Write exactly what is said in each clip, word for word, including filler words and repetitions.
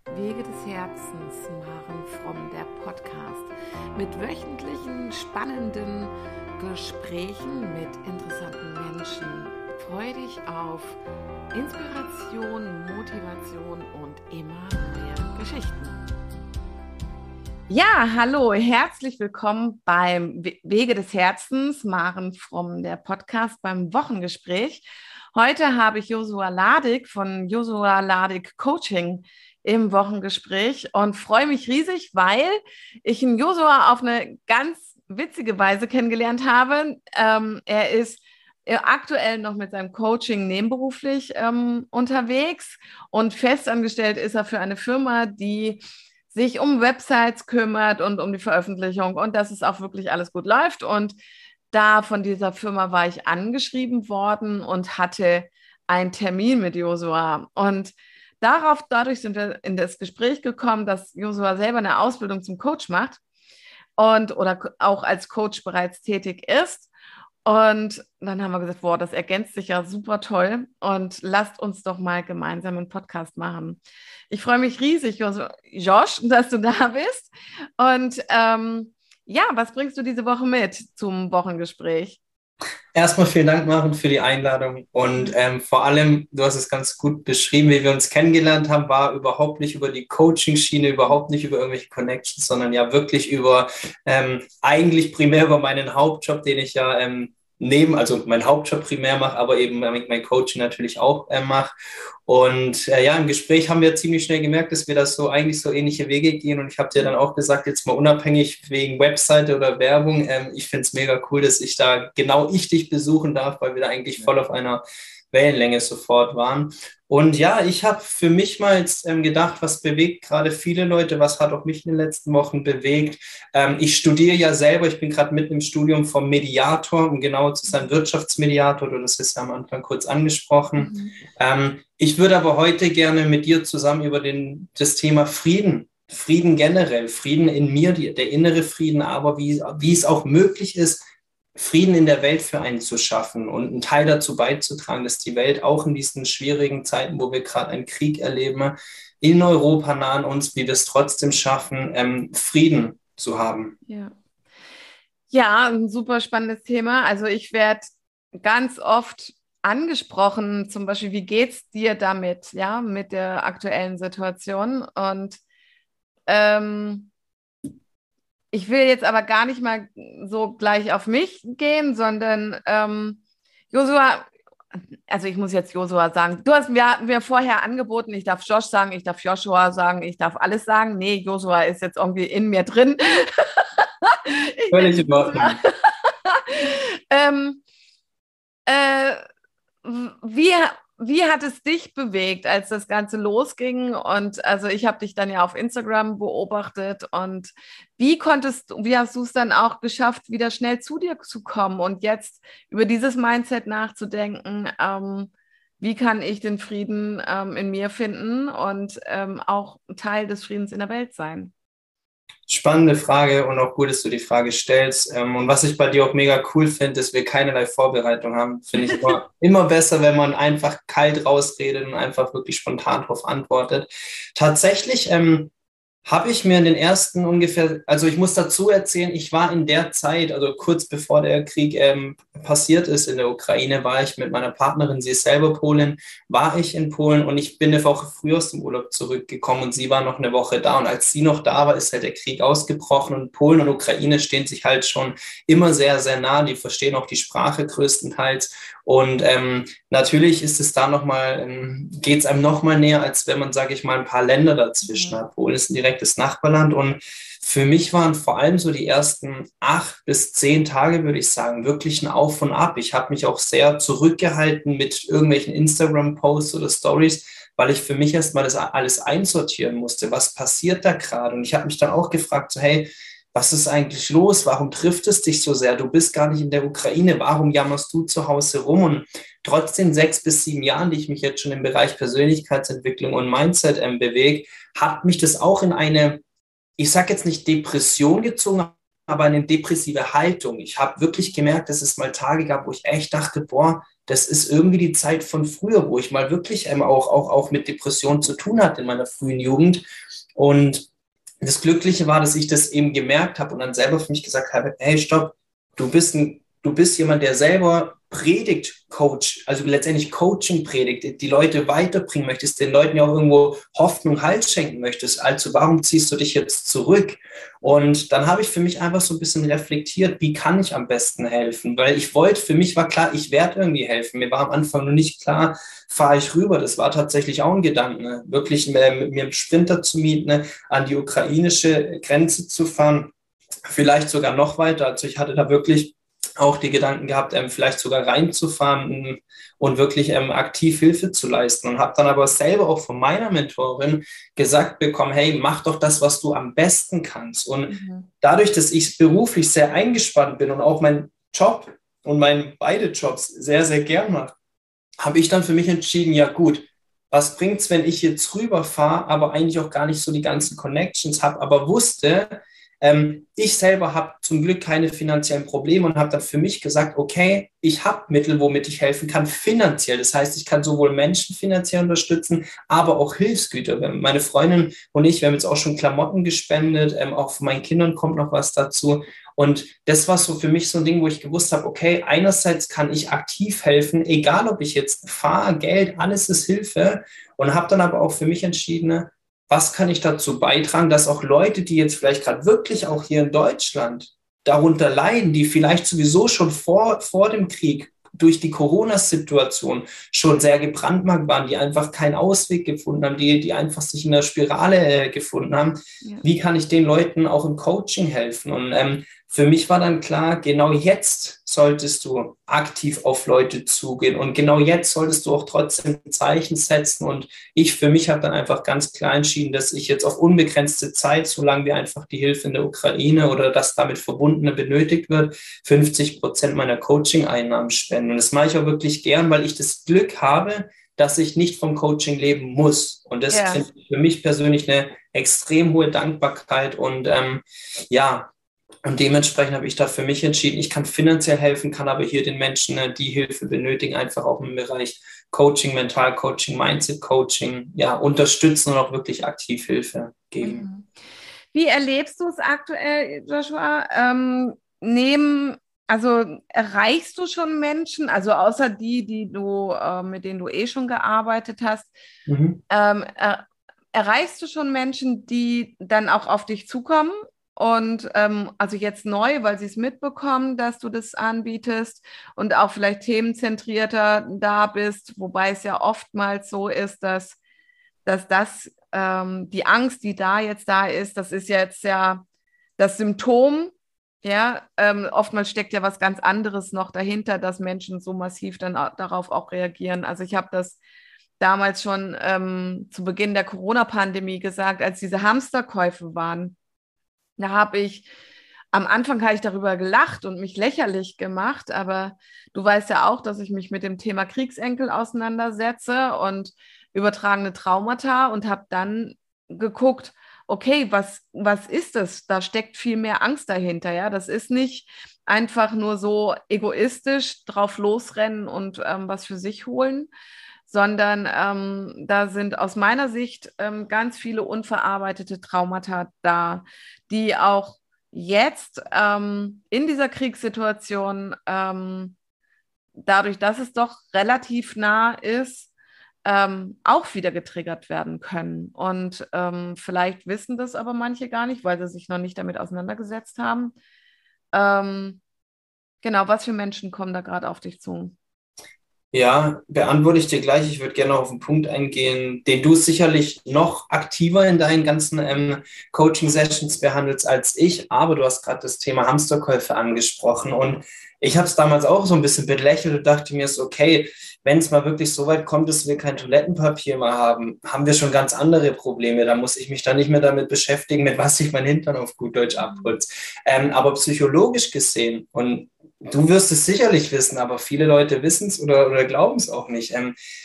Wege des Herzens, Maren Fromm, der Podcast mit wöchentlichen spannenden Gesprächen mit interessanten Menschen. Freu dich auf Inspiration, Motivation und immer mehr Geschichten. Ja, hallo, herzlich willkommen beim Wege des Herzens, Maren Fromm, der Podcast beim Wochengespräch. Heute habe ich Josua Ladig von Josua Ladig Coaching im Wochengespräch und freue mich riesig, weil ich ihn Josua auf eine ganz witzige Weise kennengelernt habe. Ähm, er ist aktuell noch mit seinem Coaching nebenberuflich ähm, unterwegs und festangestellt ist er für eine Firma, die sich um Websites kümmert und um die Veröffentlichung und dass es auch wirklich alles gut läuft. Und da von dieser Firma war ich angeschrieben worden und hatte einen Termin mit Josua. Und darauf, dadurch sind wir in das Gespräch gekommen, dass Josua selber eine Ausbildung zum Coach macht und oder auch als Coach bereits tätig ist. Und dann haben wir gesagt, boah, das ergänzt sich ja super toll und lasst uns doch mal gemeinsam einen Podcast machen. Ich freue mich riesig, Josh, dass du da bist. Und ähm, ja, was bringst du diese Woche mit zum Wochengespräch? Erstmal vielen Dank, Maren, für die Einladung und ähm, vor allem, du hast es ganz gut beschrieben, wie wir uns kennengelernt haben, war überhaupt nicht über die Coaching-Schiene, überhaupt nicht über irgendwelche Connections, sondern ja wirklich über, ähm, eigentlich primär über meinen Hauptjob, den ich ja ähm, neben, also meinen Hauptjob primär mache, aber eben mein Coaching natürlich auch äh, mache. Und äh, ja, im Gespräch haben wir ziemlich schnell gemerkt, dass wir das so eigentlich so ähnliche Wege gehen. Und ich habe dir dann auch gesagt, jetzt mal unabhängig wegen Webseite oder Werbung, ähm, ich finde es mega cool, dass ich da genau ich dich besuchen darf, weil wir da eigentlich voll auf einer Wellenlänge sofort waren. Und ja, ich habe für mich mal jetzt ähm, gedacht, was bewegt gerade viele Leute, was hat auch mich in den letzten Wochen bewegt. Ähm, ich studiere ja selber, ich bin gerade mitten im Studium vom Mediator, um genauer zu sein, Wirtschaftsmediator, du hast es ja am Anfang kurz angesprochen. Mhm. Ähm, ich würde aber heute gerne mit dir zusammen über den, das Thema Frieden, Frieden generell, Frieden in mir, die, der innere Frieden, aber wie, wie es auch möglich ist, Frieden in der Welt für einen zu schaffen und einen Teil dazu beizutragen, dass die Welt auch in diesen schwierigen Zeiten, wo wir gerade einen Krieg erleben, in Europa nah an uns, wie wir es trotzdem schaffen, ähm, Frieden zu haben. Ja. Ja, ein super spannendes Thema. Also ich werde ganz oft angesprochen, zum Beispiel, wie geht's dir damit, ja, mit der aktuellen Situation? Und ähm, ich will jetzt aber gar nicht mal so gleich auf mich gehen, sondern ähm, Josua, also ich muss jetzt Josua sagen, du hast mir, mir vorher angeboten, ich darf Josh sagen, ich darf Joshua sagen, ich darf alles sagen. Nee, Josua ist jetzt irgendwie in mir drin. Völlig in Ordnung. ähm, äh, wie, wie hat es dich bewegt, als das Ganze losging? Und also ich habe dich dann ja auf Instagram beobachtet und wie konntest du, wie hast du es dann auch geschafft, wieder schnell zu dir zu kommen und jetzt über dieses Mindset nachzudenken, ähm, wie kann ich den Frieden ähm, in mir finden und ähm, auch Teil des Friedens in der Welt sein? Spannende Frage und auch gut, dass du die Frage stellst. Und was ich bei dir auch mega cool finde, ist, wir keinerlei Vorbereitung haben. Finde ich immer, immer besser, wenn man einfach kalt rausredet und einfach wirklich spontan darauf antwortet. Tatsächlich ähm, habe ich mir in den ersten ungefähr, also ich muss dazu erzählen, ich war in der Zeit, also kurz bevor der Krieg ähm, passiert ist in der Ukraine, war ich mit meiner Partnerin, sie ist selber Polin, war ich in Polen und ich bin eine Woche früh aus dem Urlaub zurückgekommen und sie war noch eine Woche da und als sie noch da war, ist halt der Krieg ausgebrochen und Polen und Ukraine stehen sich halt schon immer sehr, sehr nah, die verstehen auch die Sprache größtenteils und ähm, natürlich ist es da nochmal, ähm, geht es einem nochmal näher, als wenn man, sage ich mal, ein paar Länder dazwischen hat. Polen ist ein direktes Nachbarland und für mich waren vor allem so die ersten acht bis zehn Tage, würde ich sagen, wirklich ein Auf und Ab. Ich habe mich auch sehr zurückgehalten mit irgendwelchen Instagram-Posts oder Stories, weil ich für mich erstmal das alles einsortieren musste. Was passiert da gerade? Und ich habe mich dann auch gefragt, so, hey, was ist eigentlich los? Warum trifft es dich so sehr? Du bist gar nicht in der Ukraine. Warum jammerst du zu Hause rum? Und trotz den sechs bis sieben Jahren, die ich mich jetzt schon im Bereich Persönlichkeitsentwicklung und Mindset ähm, bewege, hat mich das auch in eine, ich sage jetzt nicht Depression gezogen, aber eine depressive Haltung. Ich habe wirklich gemerkt, dass es mal Tage gab, wo ich echt dachte, boah, das ist irgendwie die Zeit von früher, wo ich mal wirklich ähm, auch, auch, auch mit Depressionen zu tun hatte in meiner frühen Jugend. Und das Glückliche war, dass ich das eben gemerkt habe und dann selber für mich gesagt habe, hey, stopp, du bist ein, du bist jemand, der selber predigt, Coach, also letztendlich Coaching predigt, die Leute weiterbringen möchtest, den Leuten ja auch irgendwo Hoffnung, Halt schenken möchtest. Also warum ziehst du dich jetzt zurück? Und dann habe ich für mich einfach so ein bisschen reflektiert, wie kann ich am besten helfen? Weil ich wollte, für mich war klar, ich werde irgendwie helfen. Mir war am Anfang noch nicht klar, fahre ich rüber. Das war tatsächlich auch ein Gedanke, ne? Wirklich mit mir einen Sprinter zu mieten, ne? An die ukrainische Grenze zu fahren, vielleicht sogar noch weiter. Also ich hatte da wirklich auch die Gedanken gehabt, ähm, vielleicht sogar reinzufahren ähm, und wirklich ähm, aktiv Hilfe zu leisten und habe dann aber selber auch von meiner Mentorin gesagt bekommen, hey, mach doch das, was du am besten kannst. Und mhm. dadurch, dass ich beruflich sehr eingespannt bin und auch meinen Job und meine beide Jobs sehr, sehr gern mache, habe ich dann für mich entschieden, ja gut, was bringt's, wenn ich jetzt rüberfahre, aber eigentlich auch gar nicht so die ganzen Connections habe, aber wusste, Ähm, ich selber habe zum Glück keine finanziellen Probleme und habe dann für mich gesagt, okay, ich habe Mittel, womit ich helfen kann, finanziell. Das heißt, ich kann sowohl Menschen finanziell unterstützen, aber auch Hilfsgüter. Meine Freundin und ich, wir haben jetzt auch schon Klamotten gespendet, ähm, auch von meinen Kindern kommt noch was dazu. Und das war so für mich so ein Ding, wo ich gewusst habe, okay, einerseits kann ich aktiv helfen, egal ob ich jetzt fahre, Geld, alles ist Hilfe. Und habe dann aber auch für mich entschieden, was kann ich dazu beitragen, dass auch Leute, die jetzt vielleicht gerade wirklich auch hier in Deutschland darunter leiden, die vielleicht sowieso schon vor, vor dem Krieg durch die Corona-Situation schon sehr gebrandmarkt waren, die einfach keinen Ausweg gefunden haben, die, die einfach sich in der Spirale äh, gefunden haben. Ja. Wie kann ich den Leuten auch im Coaching helfen? Und ähm, für mich war dann klar, genau jetzt solltest du aktiv auf Leute zugehen und genau jetzt solltest du auch trotzdem Zeichen setzen. Und ich für mich habe dann einfach ganz klar entschieden, dass ich jetzt auf unbegrenzte Zeit, solange wir einfach die Hilfe in der Ukraine oder das damit Verbundene benötigt wird, fünfzig Prozent meiner Coaching-Einnahmen spenden. Und das mache ich auch wirklich gern, weil ich das Glück habe, dass ich nicht vom Coaching leben muss. Und das yeah. finde ich für mich persönlich eine extrem hohe Dankbarkeit und ähm, ja, und dementsprechend habe ich da für mich entschieden, ich kann finanziell helfen, kann aber hier den Menschen, die Hilfe benötigen, einfach auch im Bereich Coaching, Mental-Coaching, Mindset-Coaching, ja, unterstützen und auch wirklich aktiv Hilfe geben. Wie erlebst du es aktuell, Joshua? Ähm, neben, also erreichst du schon Menschen, also außer die, die du, äh, mit denen du eh schon gearbeitet hast, mhm. ähm, er, erreichst du schon Menschen, die dann auch auf dich zukommen? Und ähm, also jetzt neu, weil sie es mitbekommen, dass du das anbietest und auch vielleicht themenzentrierter da bist, wobei es ja oftmals so ist, dass, dass das, ähm, die Angst, die da jetzt da ist, das ist jetzt ja das Symptom, ja, ähm, oftmals steckt ja was ganz anderes noch dahinter, dass Menschen so massiv dann auch, darauf auch reagieren. Also ich habe das damals schon ähm, zu Beginn der Corona-Pandemie gesagt, als diese Hamsterkäufe waren. Da habe ich, am Anfang habe ich darüber gelacht und mich lächerlich gemacht, aber du weißt ja auch, dass ich mich mit dem Thema Kriegsenkel auseinandersetze und übertragene Traumata und habe dann geguckt, okay, was, was ist das? Da steckt viel mehr Angst dahinter, ja. Das ist nicht einfach nur so egoistisch drauf losrennen und ähm, was für sich holen, sondern ähm, da sind aus meiner Sicht ähm, ganz viele unverarbeitete Traumata da, die auch jetzt ähm, in dieser Kriegssituation, ähm, dadurch, dass es doch relativ nah ist, ähm, auch wieder getriggert werden können. Und ähm, vielleicht wissen das aber manche gar nicht, weil sie sich noch nicht damit auseinandergesetzt haben. Ähm, genau, was für Menschen kommen da gerade auf dich zu? Ja, beantworte ich dir gleich. Ich würde gerne noch auf einen Punkt eingehen, den du sicherlich noch aktiver in deinen ganzen ähm, Coaching-Sessions behandelst als ich, aber du hast gerade das Thema Hamsterkäufe angesprochen und ich habe es damals auch so ein bisschen belächelt und dachte mir so, okay, wenn es mal wirklich so weit kommt, dass wir kein Toilettenpapier mehr haben, haben wir schon ganz andere Probleme. Da muss ich mich dann nicht mehr damit beschäftigen, mit was ich mein Hintern auf gut Deutsch abputze. Ähm, aber psychologisch gesehen, und du wirst es sicherlich wissen, aber viele Leute wissen es oder, oder glauben es auch nicht. Ähm,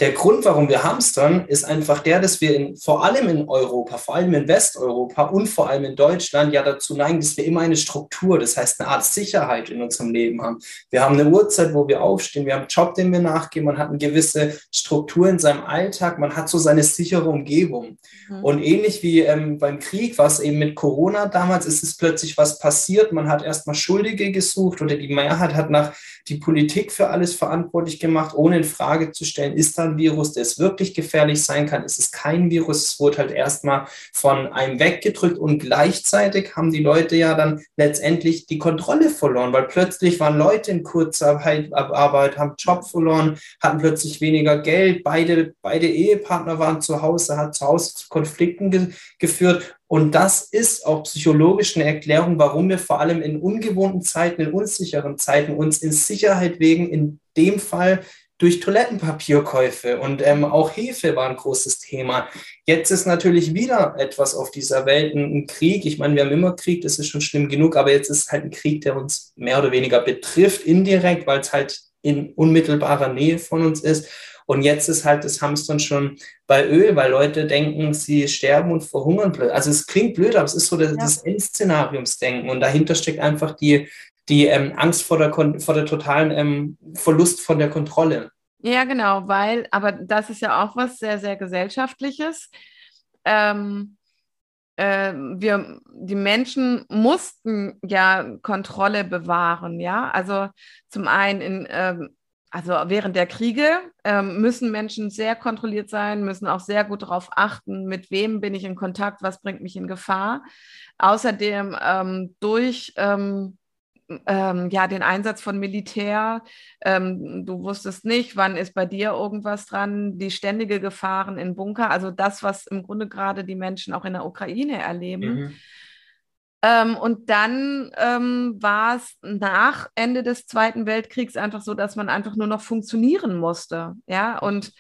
der Grund, warum wir hamstern, ist einfach der, dass wir in, vor allem in Europa, vor allem in Westeuropa und vor allem in Deutschland ja dazu neigen, dass wir immer eine Struktur, das heißt eine Art Sicherheit in unserem Leben haben. Wir haben eine Uhrzeit, wo wir aufstehen, wir haben einen Job, den wir nachgehen, man hat eine gewisse Struktur in seinem Alltag, man hat so seine sichere Umgebung. Mhm. Und ähnlich wie ähm, beim Krieg, was eben mit Corona damals, ist es plötzlich was passiert, man hat erstmal Schuldige gesucht oder die Mehrheit hat nach die Politik für alles verantwortlich gemacht, ohne in Frage zu stellen, ist da ein Virus, der es wirklich gefährlich sein kann, ist es kein Virus, es wurde halt erstmal von einem weggedrückt und gleichzeitig haben die Leute ja dann letztendlich die Kontrolle verloren, weil plötzlich waren Leute in Kurzarbeit, Arbeit, haben Job verloren, hatten plötzlich weniger Geld, beide, beide Ehepartner waren zu Hause, hat zu Hause zu Konflikten ge- geführt. Und das ist auch psychologisch eine Erklärung, warum wir vor allem in ungewohnten Zeiten, in unsicheren Zeiten uns in Sicherheit wägen, in dem Fall durch Toilettenpapierkäufe. Und ähm, auch Hefe war ein großes Thema. Jetzt ist natürlich wieder etwas auf dieser Welt, ein, ein Krieg. Ich meine, wir haben immer Krieg, das ist schon schlimm genug, aber jetzt ist halt ein Krieg, der uns mehr oder weniger betrifft, indirekt, weil es halt in unmittelbarer Nähe von uns ist. Und jetzt ist halt das Hamstern schon bei Öl, weil Leute denken, sie sterben und verhungern. Also es klingt blöd, aber es ist so das, ja. das Endszenariumsdenken. Und dahinter steckt einfach die, die ähm, Angst vor der, vor der totalen ähm, Verlust von der Kontrolle. Ja, genau, weil, aber das ist ja auch was sehr, sehr Gesellschaftliches. Ähm, äh, wir, die Menschen mussten ja Kontrolle bewahren, ja. Also zum einen in ähm, Also während der Kriege ähm, müssen Menschen sehr kontrolliert sein, müssen auch sehr gut darauf achten, mit wem bin ich in Kontakt, was bringt mich in Gefahr. Außerdem ähm, durch ähm, ähm, ja, den Einsatz von Militär, ähm, du wusstest nicht, wann ist bei dir irgendwas dran, die ständige Gefahren in Bunker, also das, was im Grunde gerade die Menschen auch in der Ukraine erleben. Mhm. Ähm, und dann ähm, war es nach Ende des Zweiten Weltkriegs einfach so, dass man einfach nur noch funktionieren musste. Ja, und,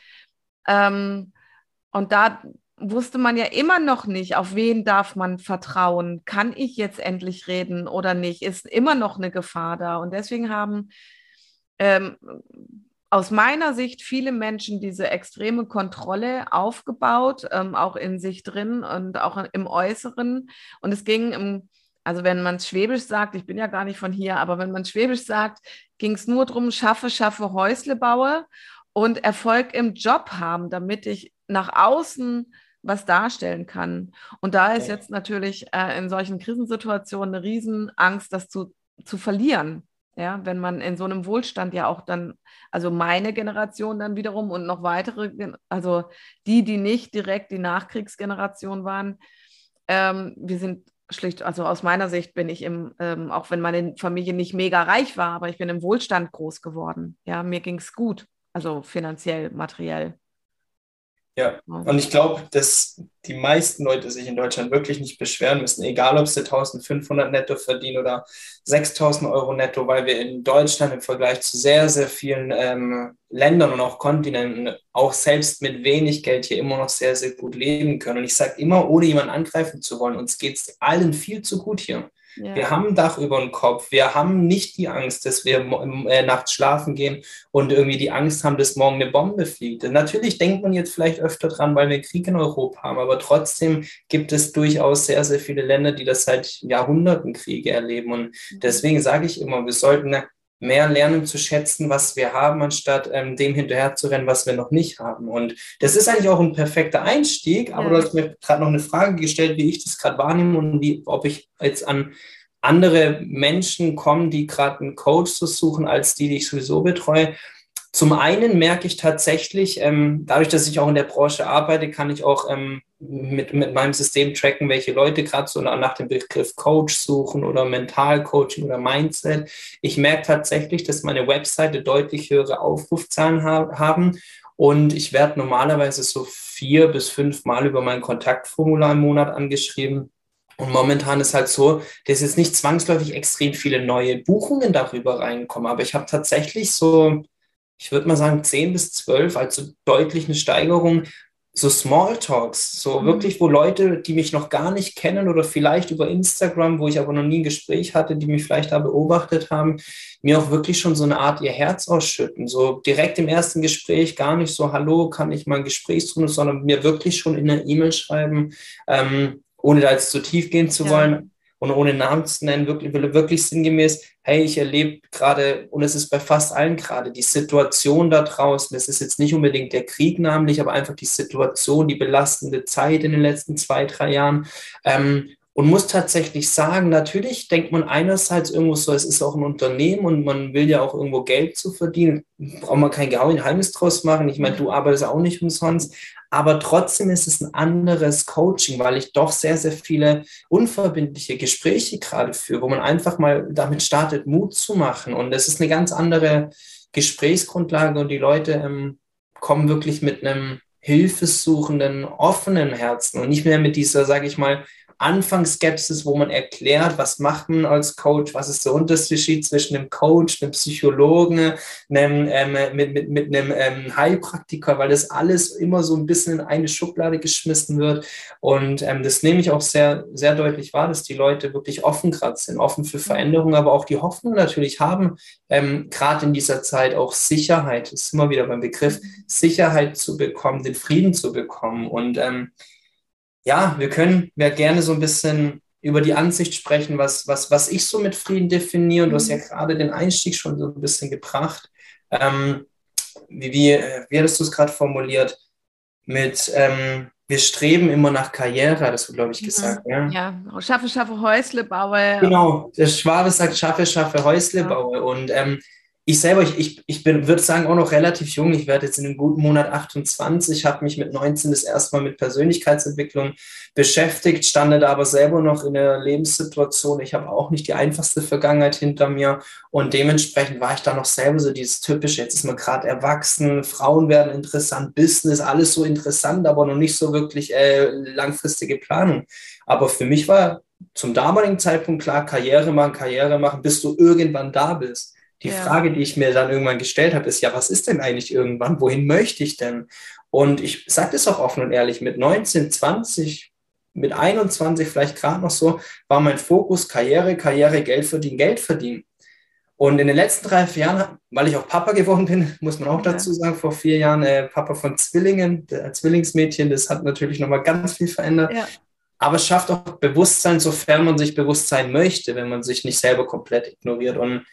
ähm, und da wusste man ja immer noch nicht, auf wen darf man vertrauen. Kann ich jetzt endlich reden oder nicht? Ist immer noch eine Gefahr da. Und deswegen haben ähm, aus meiner Sicht viele Menschen diese extreme Kontrolle aufgebaut, ähm, auch in sich drin und auch im Äußeren. Und es ging im, also wenn man Schwäbisch sagt, ich bin ja gar nicht von hier, aber wenn man Schwäbisch sagt, ging es nur darum, schaffe, schaffe, Häusle baue und Erfolg im Job haben, damit ich nach außen was darstellen kann. Und da ist jetzt natürlich äh, in solchen Krisensituationen eine Riesenangst, das zu, zu verlieren. Ja, wenn man in so einem Wohlstand ja auch dann, also meine Generation dann wiederum und noch weitere, also die, die nicht direkt die Nachkriegsgeneration waren, ähm, wir sind schlicht, also aus meiner Sicht bin ich im, ähm, auch wenn meine Familie nicht mega reich war, aber ich bin im Wohlstand groß geworden. Ja, mir ging es gut, also finanziell, materiell. Ja, und ich glaube, dass die meisten Leute sich in Deutschland wirklich nicht beschweren müssen, egal ob sie eintausendfünfhundert netto verdienen oder sechstausend Euro netto, weil wir in Deutschland im Vergleich zu sehr, sehr vielen ähm, Ländern und auch Kontinenten auch selbst mit wenig Geld hier immer noch sehr, sehr gut leben können. Und ich sage immer, ohne jemanden angreifen zu wollen, uns geht es allen viel zu gut hier. Ja. Wir haben ein Dach über dem Kopf, wir haben nicht die Angst, dass wir äh, nachts schlafen gehen und irgendwie die Angst haben, dass morgen eine Bombe fliegt. Natürlich denkt man jetzt vielleicht öfter dran, weil wir Krieg in Europa haben, aber trotzdem gibt es durchaus sehr, sehr viele Länder, die das seit Jahrhunderten Kriege erleben und deswegen sage ich immer, wir sollten mehr lernen zu schätzen, was wir haben, anstatt ähm, dem hinterher zu rennen, was wir noch nicht haben. Und das ist eigentlich auch ein perfekter Einstieg, aber ja. Du hast mir gerade noch eine Frage gestellt, wie ich das gerade wahrnehme und wie, ob ich jetzt an andere Menschen komme, die gerade einen Coach zu suchen, als die, die ich sowieso betreue. Zum einen merke ich tatsächlich, ähm, dadurch, dass ich auch in der Branche arbeite, kann ich auch ähm, mit, mit meinem System tracken, welche Leute gerade so nach dem Begriff Coach suchen oder Mentalcoaching oder Mindset. Ich merke tatsächlich, dass meine Webseite deutlich höhere Aufrufzahlen ha- haben und ich werde normalerweise so vier bis fünf Mal über mein Kontaktformular im Monat angeschrieben. Und momentan ist halt so, dass jetzt nicht zwangsläufig extrem viele neue Buchungen darüber reinkommen, aber ich habe tatsächlich so, ich würde mal sagen, zehn bis zwölf, also deutlich eine Steigerung so Smalltalks, so Mhm. wirklich, wo Leute, die mich noch gar nicht kennen oder vielleicht über Instagram, wo ich aber noch nie ein Gespräch hatte, die mich vielleicht da beobachtet haben, mir auch wirklich schon so eine Art ihr Herz ausschütten. So direkt im ersten Gespräch gar nicht so, hallo, kann ich mal ein Gesprächsrunde, sondern mir wirklich schon in eine E-Mail schreiben, ähm, ohne da jetzt zu tief gehen zu Ja. wollen und ohne Namen zu nennen, wirklich, wirklich sinngemäß, hey, ich erlebe gerade, und es ist bei fast allen gerade, die Situation da draußen, das ist jetzt nicht unbedingt der Krieg namentlich, aber einfach die Situation, die belastende Zeit in den letzten zwei, drei Jahren. Ähm, und muss tatsächlich sagen, natürlich denkt man einerseits irgendwo so, es ist auch ein Unternehmen und man will ja auch irgendwo Geld zu verdienen. Braucht man kein Geheimnis draus machen. Ich meine, du arbeitest auch nicht umsonst. Aber trotzdem ist es ein anderes Coaching, weil ich doch sehr, sehr viele unverbindliche Gespräche gerade führe, wo man einfach mal damit startet, Mut zu machen. Und das ist eine ganz andere Gesprächsgrundlage und die Leute ähm, kommen wirklich mit einem hilfesuchenden, offenen Herzen und nicht mehr mit dieser, sage ich mal, Anfangsskepsis, wo man erklärt, was macht man als Coach, was ist der Unterschied zwischen einem Coach, einem Psychologen, einem, ähm, mit, mit, mit einem ähm, Heilpraktiker, weil das alles immer so ein bisschen in eine Schublade geschmissen wird. Und ähm, das nehme ich auch sehr, sehr deutlich wahr, dass die Leute wirklich offen gerade sind, offen für Veränderungen, aber auch die Hoffnung natürlich haben, ähm, gerade in dieser Zeit auch Sicherheit, das ist immer wieder beim Begriff, Sicherheit zu bekommen, den Frieden zu bekommen. Und ähm, ja, wir können ja gerne so ein bisschen über die Ansicht sprechen, was, was, was ich so mit Frieden definiere. Und du hast ja gerade den Einstieg schon so ein bisschen gebracht. Ähm, wie, wie, wie hattest du es gerade formuliert? Mit, ähm, wir streben immer nach Karriere, hattest du, glaube ich, gesagt. Mhm. Ja? Ja, schaffe, schaffe, Häusle baue. Genau, der Schwabe sagt, schaffe, schaffe, Häusle Ja. baue. Und ähm, ich selber, ich, ich, ich bin, würde sagen, auch noch relativ jung. Ich werde jetzt in einem guten Monat achtundzwanzig, habe mich mit neunzehn das erste Mal mit Persönlichkeitsentwicklung beschäftigt, stand da aber selber noch in einer Lebenssituation. Ich habe auch nicht die einfachste Vergangenheit hinter mir und dementsprechend war ich da noch selber so dieses typische, jetzt ist man gerade erwachsen, Frauen werden interessant, Business, alles so interessant, aber noch nicht so wirklich äh, langfristige Planung. Aber für mich war zum damaligen Zeitpunkt klar, Karriere machen, Karriere machen, bis du irgendwann da bist. Die Ja. Frage, die ich mir dann irgendwann gestellt habe, ist ja, was ist denn eigentlich irgendwann? Wohin möchte ich denn? Und ich sage das auch offen und ehrlich, mit neunzehn, zwanzig, mit einundzwanzig vielleicht gerade noch so, war mein Fokus Karriere, Karriere, Geld verdienen, Geld verdienen. Und in den letzten drei, vier Jahren, weil ich auch Papa geworden bin, muss man auch Ja. dazu sagen, vor vier Jahren äh, Papa von Zwillingen, der Zwillingsmädchen, das hat natürlich nochmal ganz viel verändert. Ja. Aber es schafft auch Bewusstsein, sofern man sich bewusst sein möchte, wenn man sich nicht selber komplett ignoriert. Und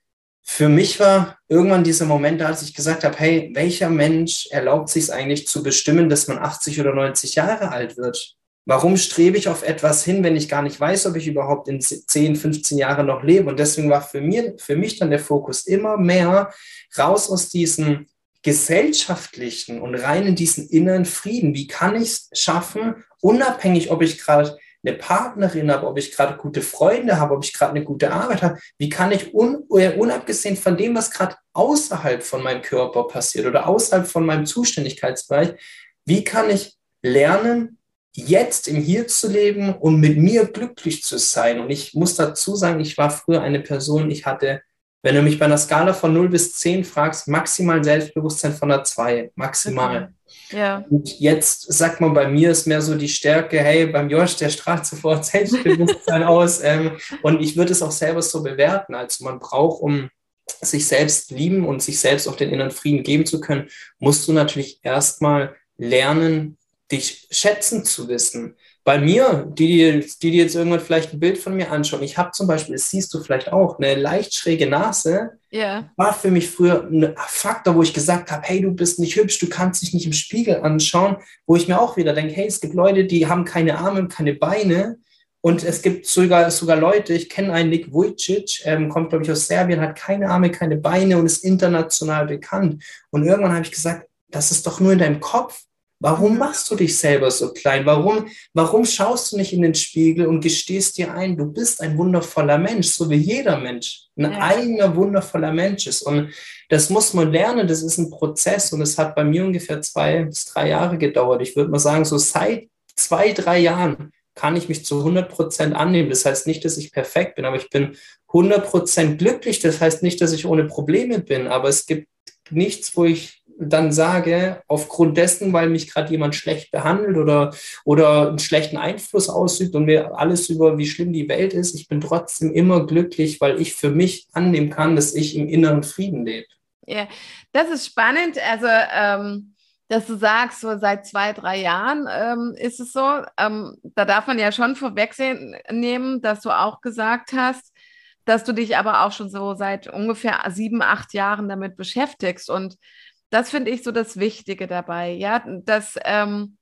für mich war irgendwann dieser Moment da, als ich gesagt habe, hey, welcher Mensch erlaubt sich es eigentlich zu bestimmen, dass man achtzig oder neunzig Jahre alt wird? Warum strebe ich auf etwas hin, wenn ich gar nicht weiß, ob ich überhaupt in zehn, fünfzehn Jahren noch lebe? Und deswegen war für, mir, für mich dann der Fokus immer mehr raus aus diesem gesellschaftlichen und rein in diesen inneren Frieden. Wie kann ich es schaffen, unabhängig, ob ich gerade eine Partnerin habe, ob ich gerade gute Freunde habe, ob ich gerade eine gute Arbeit habe, wie kann ich un, unabgesehen von dem, was gerade außerhalb von meinem Körper passiert oder außerhalb von meinem Zuständigkeitsbereich, wie kann ich lernen, jetzt im Hier zu leben und mit mir glücklich zu sein? Und ich muss dazu sagen, ich war früher eine Person, ich hatte, wenn du mich bei einer Skala von null bis zehn fragst, maximal Selbstbewusstsein von einer zwei, maximal. Okay. Ja. Und jetzt sagt man, bei mir ist mehr so die Stärke, hey, beim Josh, der strahlt sofort Selbstbewusstsein aus. Ähm, und ich würde es auch selber so bewerten. Also man braucht, um sich selbst lieben und sich selbst auch den inneren Frieden geben zu können, musst du natürlich erstmal lernen, dich schätzen zu wissen. Bei mir, die, die, die jetzt irgendwann vielleicht ein Bild von mir anschauen, ich habe zum Beispiel, das siehst du vielleicht auch, eine leicht schräge Nase, Ja. war für mich früher ein Faktor, wo ich gesagt habe, hey, du bist nicht hübsch, du kannst dich nicht im Spiegel anschauen, wo ich mir auch wieder denke, hey, es gibt Leute, die haben keine Arme und keine Beine und es gibt sogar, sogar Leute, ich kenne einen, Nick Vujicic, ähm, kommt, glaube ich, aus Serbien, hat keine Arme, keine Beine und ist international bekannt. Und irgendwann habe ich gesagt, das ist doch nur in deinem Kopf. Warum machst du dich selber so klein? Warum, warum schaust du nicht in den Spiegel und gestehst dir ein, du bist ein wundervoller Mensch, so wie jeder Mensch ein ja. eigener wundervoller Mensch ist. Und das muss man lernen, das ist ein Prozess und es hat bei mir ungefähr zwei bis drei Jahre gedauert. Ich würde mal sagen, so seit zwei, drei Jahren kann ich mich zu hundert Prozent annehmen. Das heißt nicht, dass ich perfekt bin, aber ich bin hundert Prozent glücklich. Das heißt nicht, dass ich ohne Probleme bin, aber es gibt nichts, wo ich dann sage, aufgrund dessen, weil mich gerade jemand schlecht behandelt oder, oder einen schlechten Einfluss ausübt und mir alles über, wie schlimm die Welt ist, ich bin trotzdem immer glücklich, weil ich für mich annehmen kann, dass ich im inneren Frieden lebe. Ja, das ist spannend. Also, ähm, dass du sagst, so seit zwei, drei Jahren ähm, ist es so. Ähm, da darf man ja schon vorwegnehmen, dass du auch gesagt hast, dass du dich aber auch schon so seit ungefähr sieben, acht Jahren damit beschäftigst. Und das finde ich so das Wichtige dabei, ja, dass, ähm,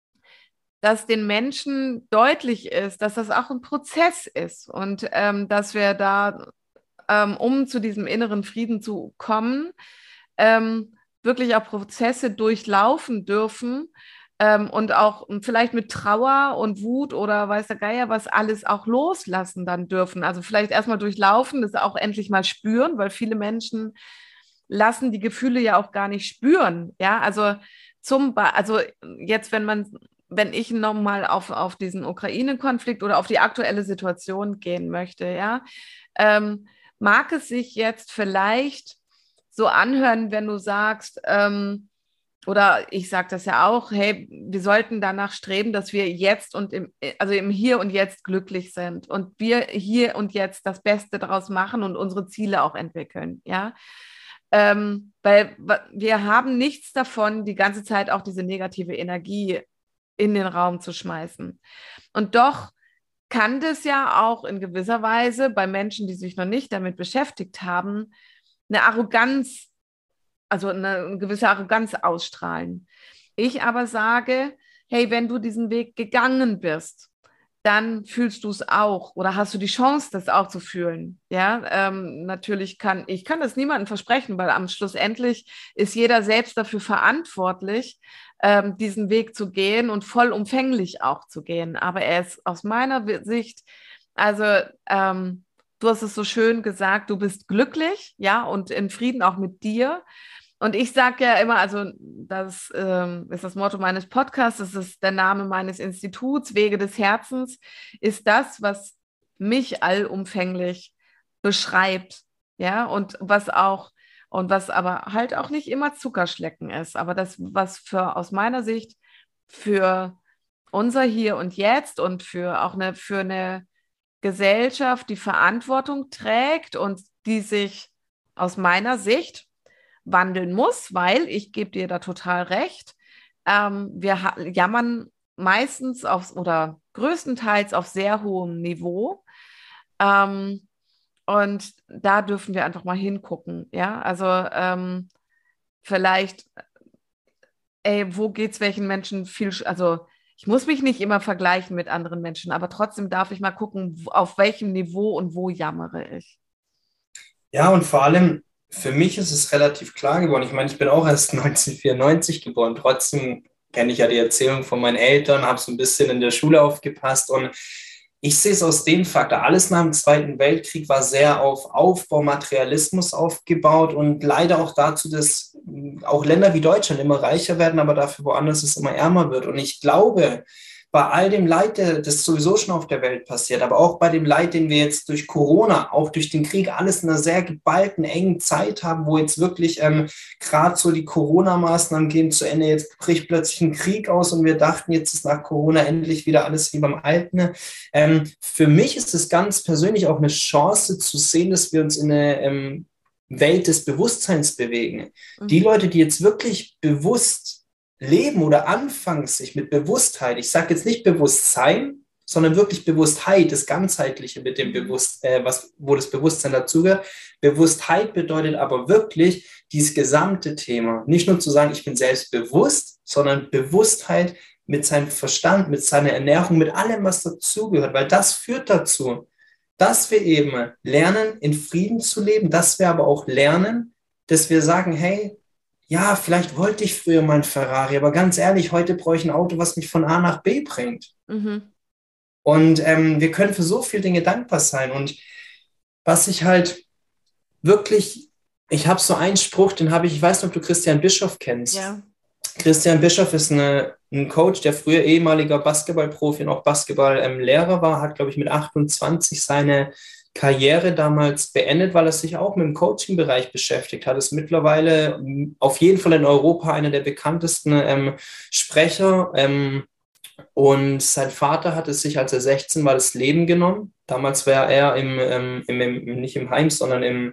dass den Menschen deutlich ist, dass das auch ein Prozess ist und ähm, dass wir da, ähm, um zu diesem inneren Frieden zu kommen, ähm, wirklich auch Prozesse durchlaufen dürfen, ähm, und auch vielleicht mit Trauer und Wut oder weiß der Geier was alles auch loslassen dann dürfen. Also vielleicht erstmal durchlaufen, das auch endlich mal spüren, weil viele Menschen lassen die Gefühle ja auch gar nicht spüren. Ja, also zum Ba- also jetzt, wenn man, wenn ich nochmal auf, auf diesen Ukraine-Konflikt oder auf die aktuelle Situation gehen möchte, ja, ähm, mag es sich jetzt vielleicht so anhören, wenn du sagst, ähm, oder ich sage das ja auch, hey, wir sollten danach streben, dass wir jetzt und im, also im Hier und Jetzt glücklich sind und wir hier und jetzt das Beste daraus machen und unsere Ziele auch entwickeln, ja. Ähm, weil wir haben nichts davon, die ganze Zeit auch diese negative Energie in den Raum zu schmeißen. Und doch kann das ja auch in gewisser Weise bei Menschen, die sich noch nicht damit beschäftigt haben, eine Arroganz, also eine, eine gewisse Arroganz ausstrahlen. Ich aber sage, hey, wenn du diesen Weg gegangen bist, dann fühlst du es auch oder hast du die Chance, das auch zu fühlen. Ja, ähm, natürlich kann ich kann das niemandem versprechen, weil am Schlussendlich ist jeder selbst dafür verantwortlich, ähm, diesen Weg zu gehen und vollumfänglich auch zu gehen. Aber er ist aus meiner Sicht, also ähm, du hast es so schön gesagt, du bist glücklich, ja, und in Frieden auch mit dir. Und ich sage ja immer, also das ähm, ist das Motto meines Podcasts, das ist der Name meines Instituts, Wege des Herzens, ist das, was mich allumfänglich beschreibt, ja, und was auch, und was aber halt auch nicht immer Zuckerschlecken ist, aber das, was für aus meiner Sicht für unser Hier und Jetzt und für auch eine, für eine Gesellschaft, die Verantwortung trägt und die sich aus meiner Sicht wandeln muss, weil ich gebe dir da total recht. Ähm, wir jammern meistens auf oder größtenteils auf sehr hohem Niveau. Ähm, und da dürfen wir einfach mal hingucken. Ja, also ähm, vielleicht, ey, wo geht es welchen Menschen viel, also ich muss mich nicht immer vergleichen mit anderen Menschen, aber trotzdem darf ich mal gucken, auf welchem Niveau und wo jammere ich. Ja, und vor allem, für mich ist es relativ klar geworden. Ich meine, ich bin auch erst neunzehnhundertvierundneunzig geboren. Trotzdem kenne ich ja die Erzählung von meinen Eltern, habe so ein bisschen in der Schule aufgepasst. Und ich sehe es aus dem Faktor, alles nach dem Zweiten Weltkrieg war sehr auf Aufbau, Materialismus aufgebaut und leider auch dazu, dass auch Länder wie Deutschland immer reicher werden, aber dafür woanders es immer ärmer wird. Und ich glaube, bei all dem Leid, das sowieso schon auf der Welt passiert, aber auch bei dem Leid, den wir jetzt durch Corona, auch durch den Krieg, alles in einer sehr geballten, engen Zeit haben, wo jetzt wirklich ähm, gerade so die Corona-Maßnahmen gehen zu Ende, jetzt bricht plötzlich ein Krieg aus und wir dachten, jetzt ist nach Corona endlich wieder alles wie beim Alten. Ähm, für mich ist es ganz persönlich auch eine Chance zu sehen, dass wir uns in eine ähm, Welt des Bewusstseins bewegen. Mhm. Die Leute, die jetzt wirklich bewusst leben oder anfangen sich mit Bewusstheit, ich sage jetzt nicht Bewusstsein, sondern wirklich Bewusstheit, das Ganzheitliche mit dem Bewusst, äh, was, wo das Bewusstsein dazugehört. Bewusstheit bedeutet aber wirklich dieses gesamte Thema. Nicht nur zu sagen, ich bin selbstbewusst, sondern Bewusstheit mit seinem Verstand, mit seiner Ernährung, mit allem, was dazugehört, weil das führt dazu, dass wir eben lernen, in Frieden zu leben, dass wir aber auch lernen, dass wir sagen, hey, ja, vielleicht wollte ich früher mal ein Ferrari, aber ganz ehrlich, heute brauche ich ein Auto, was mich von A nach B bringt. Mhm. Und ähm, wir können für so viele Dinge dankbar sein. Und was ich halt wirklich, ich habe so einen Spruch, den habe ich, ich weiß nicht, ob du Christian Bischoff kennst. Ja. Christian Bischoff ist eine, ein Coach, der früher ehemaliger Basketballprofi und auch Basketballlehrer war, hat, glaube ich, mit achtundzwanzig seine Karriere damals beendet, weil er sich auch mit dem Coaching-Bereich beschäftigt hat. Ist mittlerweile auf jeden Fall in Europa einer der bekanntesten ähm, Sprecher. Ähm, und sein Vater hatte sich, als er sechzehn war, das Leben genommen. Damals war er im, ähm, im, im, nicht im Heim, sondern im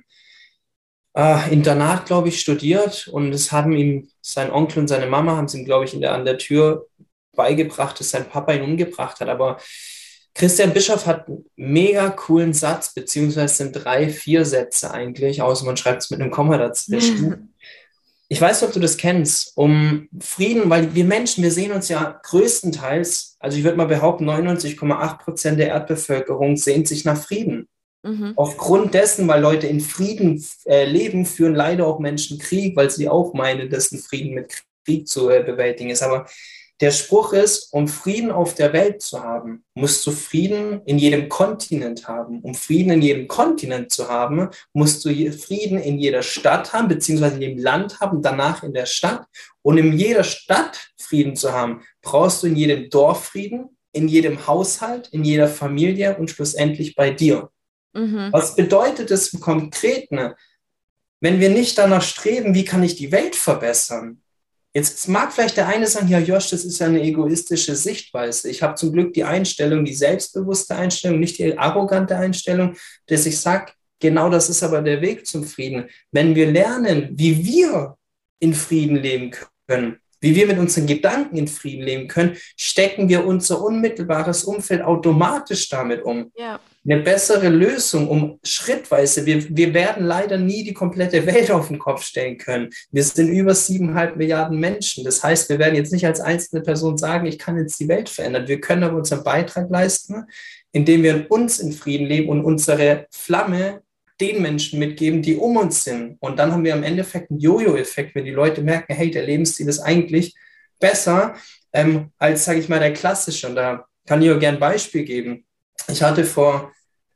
äh, Internat, glaube ich, studiert. Und es haben ihm sein Onkel und seine Mama, haben es ihm, glaube ich, in der, an der Tür beigebracht, dass sein Papa ihn umgebracht hat. Aber Christian Bischoff hat einen mega coolen Satz, beziehungsweise sind drei, vier Sätze eigentlich, außer man schreibt es mit einem Komma dazwischen. Ich weiß nicht, ob du das kennst, um Frieden, weil wir Menschen, wir sehen uns ja größtenteils, also ich würde mal behaupten, neunundneunzig Komma acht Prozent der Erdbevölkerung sehnt sich nach Frieden. Mhm. Aufgrund dessen, weil Leute in Frieden äh, leben, führen leider auch Menschen Krieg, weil sie auch meinen, dass ein Frieden mit Krieg zu äh, bewältigen ist. Aber der Spruch ist, um Frieden auf der Welt zu haben, musst du Frieden in jedem Kontinent haben. Um Frieden in jedem Kontinent zu haben, musst du Frieden in jeder Stadt haben, beziehungsweise in jedem Land haben, danach in der Stadt. Und in jeder Stadt Frieden zu haben, brauchst du in jedem Dorf Frieden, in jedem Haushalt, in jeder Familie und schlussendlich bei dir. Mhm. Was bedeutet das im Konkreten? Wenn wir nicht danach streben, wie kann ich die Welt verbessern? Jetzt mag vielleicht der eine sagen, ja Josh, das ist ja eine egoistische Sichtweise. Ich habe zum Glück die Einstellung, die selbstbewusste Einstellung, nicht die arrogante Einstellung, dass ich sage, genau das ist aber der Weg zum Frieden. Wenn wir lernen, wie wir in Frieden leben können, wie wir mit unseren Gedanken in Frieden leben können, stecken wir unser unmittelbares Umfeld automatisch damit um. Ja. Eine bessere Lösung, um schrittweise, wir, wir werden leider nie die komplette Welt auf den Kopf stellen können. Wir sind über siebeneinhalb Milliarden Menschen. Das heißt, wir werden jetzt nicht als einzelne Person sagen, ich kann jetzt die Welt verändern. Wir können aber unseren Beitrag leisten, indem wir in uns in Frieden leben und unsere Flamme den Menschen mitgeben, die um uns sind. Und dann haben wir im Endeffekt einen Jojo-Effekt, wenn die Leute merken, hey, der Lebensstil ist eigentlich besser ähm, als, sage ich mal, der klassische. Und da kann ich auch gerne ein Beispiel geben. Ich hatte vor,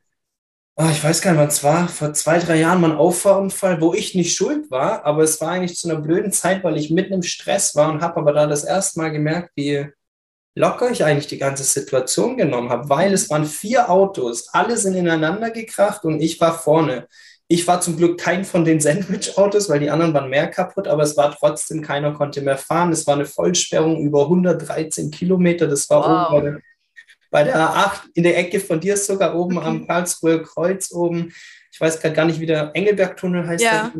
oh, ich weiß gar nicht, wann es war, vor zwei, drei Jahren mal einen Auffahrunfall, wo ich nicht schuld war, aber es war eigentlich zu einer blöden Zeit, weil ich mitten im Stress war und habe aber da das erste Mal gemerkt, wie locker ich eigentlich die ganze Situation genommen habe, weil es waren vier Autos, alle sind ineinander gekracht und ich war vorne. Ich war zum Glück kein von den Sandwich-Autos, weil die anderen waren mehr kaputt, aber es war trotzdem, keiner konnte mehr fahren. Es war eine Vollsperrung über hundertdreizehn Kilometer, das war wow. oben bei der, bei der A acht, in der Ecke von dir sogar oben okay. am Karlsruher Kreuz oben. Ich weiß gerade gar nicht, wie der Engelbergtunnel heißt. Ja.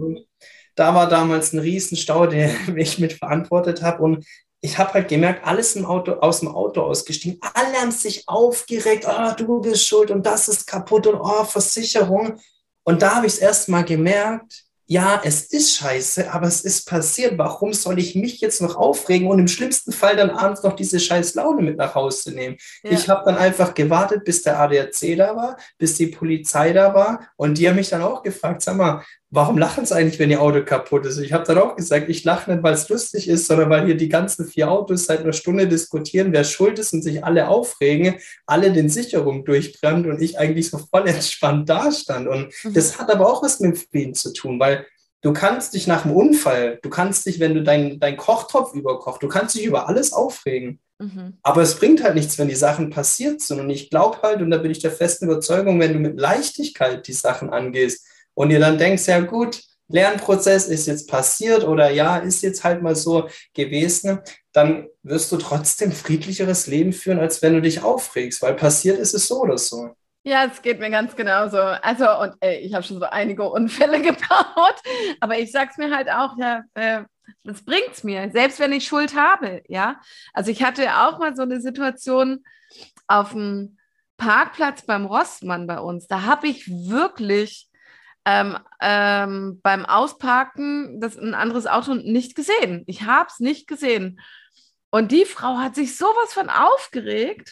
Da war damals ein Riesenstau, den ich mit verantwortet habe und ich habe halt gemerkt, alles im Auto, aus dem Auto ausgestiegen. Alle haben sich aufgeregt, oh, du bist schuld und das ist kaputt und oh, Versicherung. Und da habe ich es erst mal gemerkt, ja, es ist scheiße, aber es ist passiert. Warum soll ich mich jetzt noch aufregen und im schlimmsten Fall dann abends noch diese scheiß Laune mit nach Hause nehmen? Ja. Ich habe dann einfach gewartet, bis der A D A C da war, bis die Polizei da war und die haben mich dann auch gefragt, sag mal, warum lachen sie eigentlich, wenn ihr Auto kaputt ist? Ich habe dann auch gesagt, ich lache nicht, weil es lustig ist, sondern weil hier die ganzen vier Autos seit einer Stunde diskutieren, wer schuld ist und sich alle aufregen, alle den Sicherungen durchbrennt und ich eigentlich so voll entspannt dastand. Und mhm. das hat aber auch was mit Frieden zu tun, weil du kannst dich nach dem Unfall, du kannst dich, wenn du dein, dein Kochtopf überkocht, du kannst dich über alles aufregen. Mhm. Aber es bringt halt nichts, wenn die Sachen passiert sind. Und ich glaube halt, und da bin ich der festen Überzeugung, wenn du mit Leichtigkeit die Sachen angehst, und ihr dann denkst, ja gut, Lernprozess ist jetzt passiert oder ja, ist jetzt halt mal so gewesen, dann wirst du trotzdem friedlicheres Leben führen, als wenn du dich aufregst, weil passiert ist es so oder so. Ja, es geht mir ganz genauso. Also, und ey, ich habe schon so einige Unfälle gebaut, aber ich sag's mir halt auch, ja, äh, das bringt's mir, selbst wenn ich Schuld habe, ja. Also ich hatte auch mal so eine Situation auf dem Parkplatz beim Rossmann bei uns, da habe ich wirklich Ähm, ähm, beim Ausparken das ein anderes Auto nicht gesehen. Ich habe es nicht gesehen. Und die Frau hat sich sowas von aufgeregt.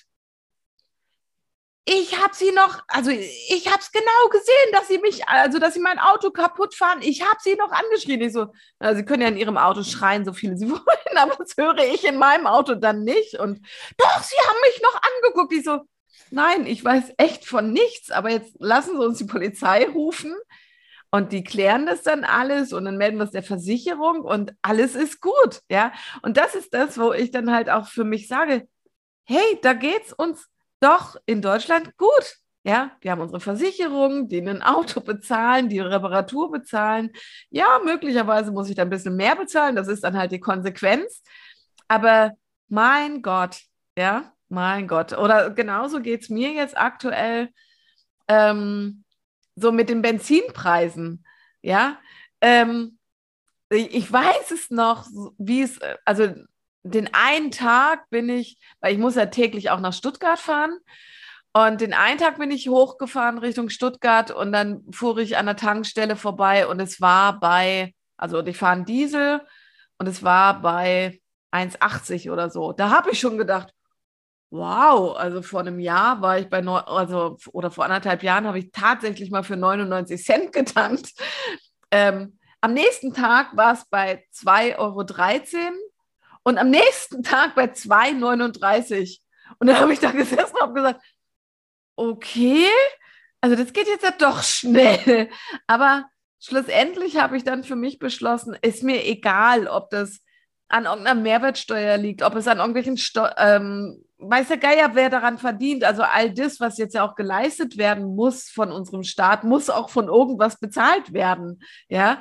Ich habe sie noch, also ich habe es genau gesehen, dass sie mich, also dass sie mein Auto kaputt fahren. Ich habe sie noch angeschrien. Ich so, na, sie können ja in ihrem Auto schreien, so viele sie wollen, aber das höre ich in meinem Auto dann nicht. Und doch, sie haben mich noch angeguckt. Ich so, nein, ich weiß echt von nichts, aber jetzt lassen Sie uns die Polizei rufen. Und die klären das dann alles und dann melden wir es der Versicherung und alles ist gut, ja. Und das ist das, wo ich dann halt auch für mich sage, hey, da geht's uns doch in Deutschland gut, Ja, wir haben unsere Versicherung, die ein Auto bezahlen, die Reparatur bezahlen. Ja, möglicherweise muss ich da ein bisschen mehr bezahlen. Das ist dann halt die Konsequenz. Aber mein Gott, ja, mein Gott. Oder genauso geht es mir jetzt aktuell ähm, so mit den Benzinpreisen. Ja, ähm, ich, ich weiß es noch, wie es, also den einen Tag bin ich, weil ich muss ja täglich auch nach Stuttgart fahren. Und den einen Tag bin ich hochgefahren Richtung Stuttgart und dann fuhr ich an der Tankstelle vorbei und es war bei, also ich fahre einen Diesel und es war bei eins achtzig oder so. Da habe ich schon gedacht, wow, also vor einem Jahr war ich bei, neun, also oder vor anderthalb Jahren habe ich tatsächlich mal für neunundneunzig Cent getankt. Ähm, am nächsten Tag war es bei zwei Euro dreizehn und am nächsten Tag bei zwei Euro neununddreißig. Und dann habe ich da gesessen und habe gesagt, okay, also das geht jetzt ja doch schnell. Aber schlussendlich habe ich dann für mich beschlossen, ist mir egal, ob das an irgendeiner Mehrwertsteuer liegt, ob es an irgendwelchen, Steu ähm, weiß der Geier, wer daran verdient. Also all das, was jetzt ja auch geleistet werden muss von unserem Staat, muss auch von irgendwas bezahlt werden. Ja,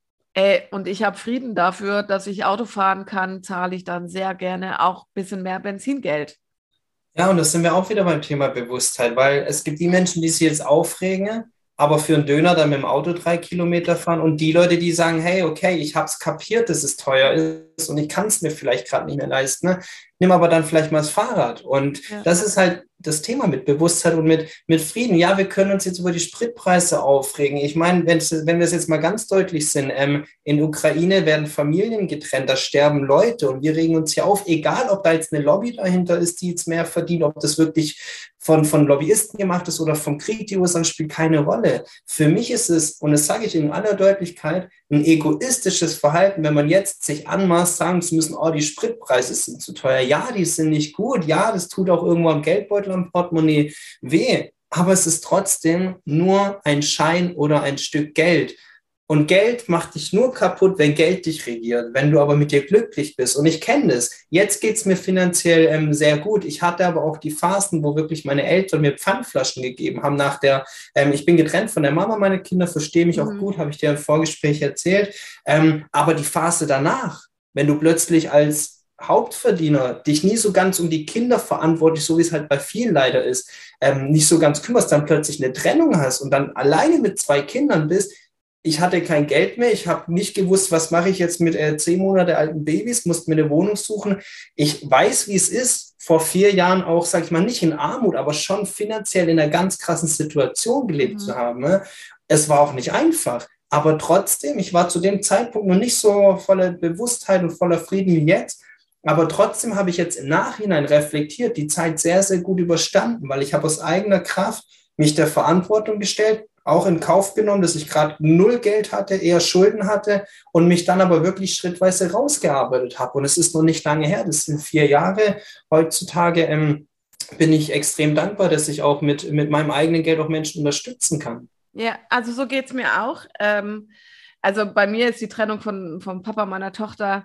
äh, und ich habe Frieden dafür, dass ich Auto fahren kann, zahle ich dann sehr gerne auch ein bisschen mehr Benzingeld. Ja, und das sind wir auch wieder beim Thema Bewusstheit, weil es gibt die Menschen, die sich jetzt aufregen, aber für einen Döner dann mit dem Auto drei Kilometer fahren und die Leute, die sagen, hey, okay, ich habe es kapiert, dass es teuer ist und ich kann es mir vielleicht gerade nicht mehr leisten, ne? Nimm aber dann vielleicht mal das Fahrrad. Und Ja. das ist halt das Thema mit Bewusstheit und mit, mit Frieden. Ja, wir können uns jetzt über die Spritpreise aufregen. Ich meine, wenn wir es jetzt mal ganz deutlich sind, ähm, in Ukraine werden Familien getrennt, da sterben Leute und wir regen uns hier auf, egal ob da jetzt eine Lobby dahinter ist, die jetzt mehr verdient, ob das wirklich von, von Lobbyisten gemacht ist oder vom Krieg, die Ursache spielt keine Rolle. Für mich ist es, und das sage ich in aller Deutlichkeit, ein egoistisches Verhalten, wenn man jetzt sich anmaßt, sagen zu müssen, oh, die Spritpreise sind zu teuer. Ja, die sind nicht gut. Ja, das tut auch irgendwo am Geldbeutel, am Portemonnaie weh. Aber es ist trotzdem nur ein Schein oder ein Stück Geld. Und Geld macht dich nur kaputt, wenn Geld dich regiert, wenn du aber mit dir glücklich bist. Und ich kenne das. Jetzt geht es mir finanziell ähm, sehr gut. Ich hatte aber auch die Phasen, wo wirklich meine Eltern mir Pfandflaschen gegeben haben. Nach der, ähm, ich bin getrennt von der Mama, meine Kinder verstehen mich auch Mhm. gut, habe ich dir im Vorgespräch erzählt. Ähm, aber die Phase danach, wenn du plötzlich als Hauptverdiener dich nie so ganz um die Kinder verantwortlich, so wie es halt bei vielen leider ist, ähm, nicht so ganz kümmerst, dann plötzlich eine Trennung hast und dann alleine mit zwei Kindern bist. Ich hatte kein Geld mehr, ich habe nicht gewusst, was mache ich jetzt mit äh, zehn Monate alten Babys, musste mir eine Wohnung suchen. Ich weiß, wie es ist, vor vier Jahren auch, sage ich mal, nicht in Armut, aber schon finanziell in einer ganz krassen Situation gelebt Mhm. zu haben. Ne? Es war auch nicht einfach, aber trotzdem, ich war zu dem Zeitpunkt noch nicht so voller Bewusstheit und voller Frieden wie jetzt. Aber trotzdem habe ich jetzt im Nachhinein reflektiert, die Zeit sehr, sehr gut überstanden, weil ich habe aus eigener Kraft mich der Verantwortung gestellt, auch in Kauf genommen, dass ich gerade null Geld hatte, eher Schulden hatte und mich dann aber wirklich schrittweise rausgearbeitet habe. Und es ist noch nicht lange her, das sind vier Jahre. Heutzutage ähm, bin ich extrem dankbar, dass ich auch mit, mit meinem eigenen Geld auch Menschen unterstützen kann. Ja, also so geht es mir auch. Ähm, also bei mir ist die Trennung von, vom Papa meiner Tochter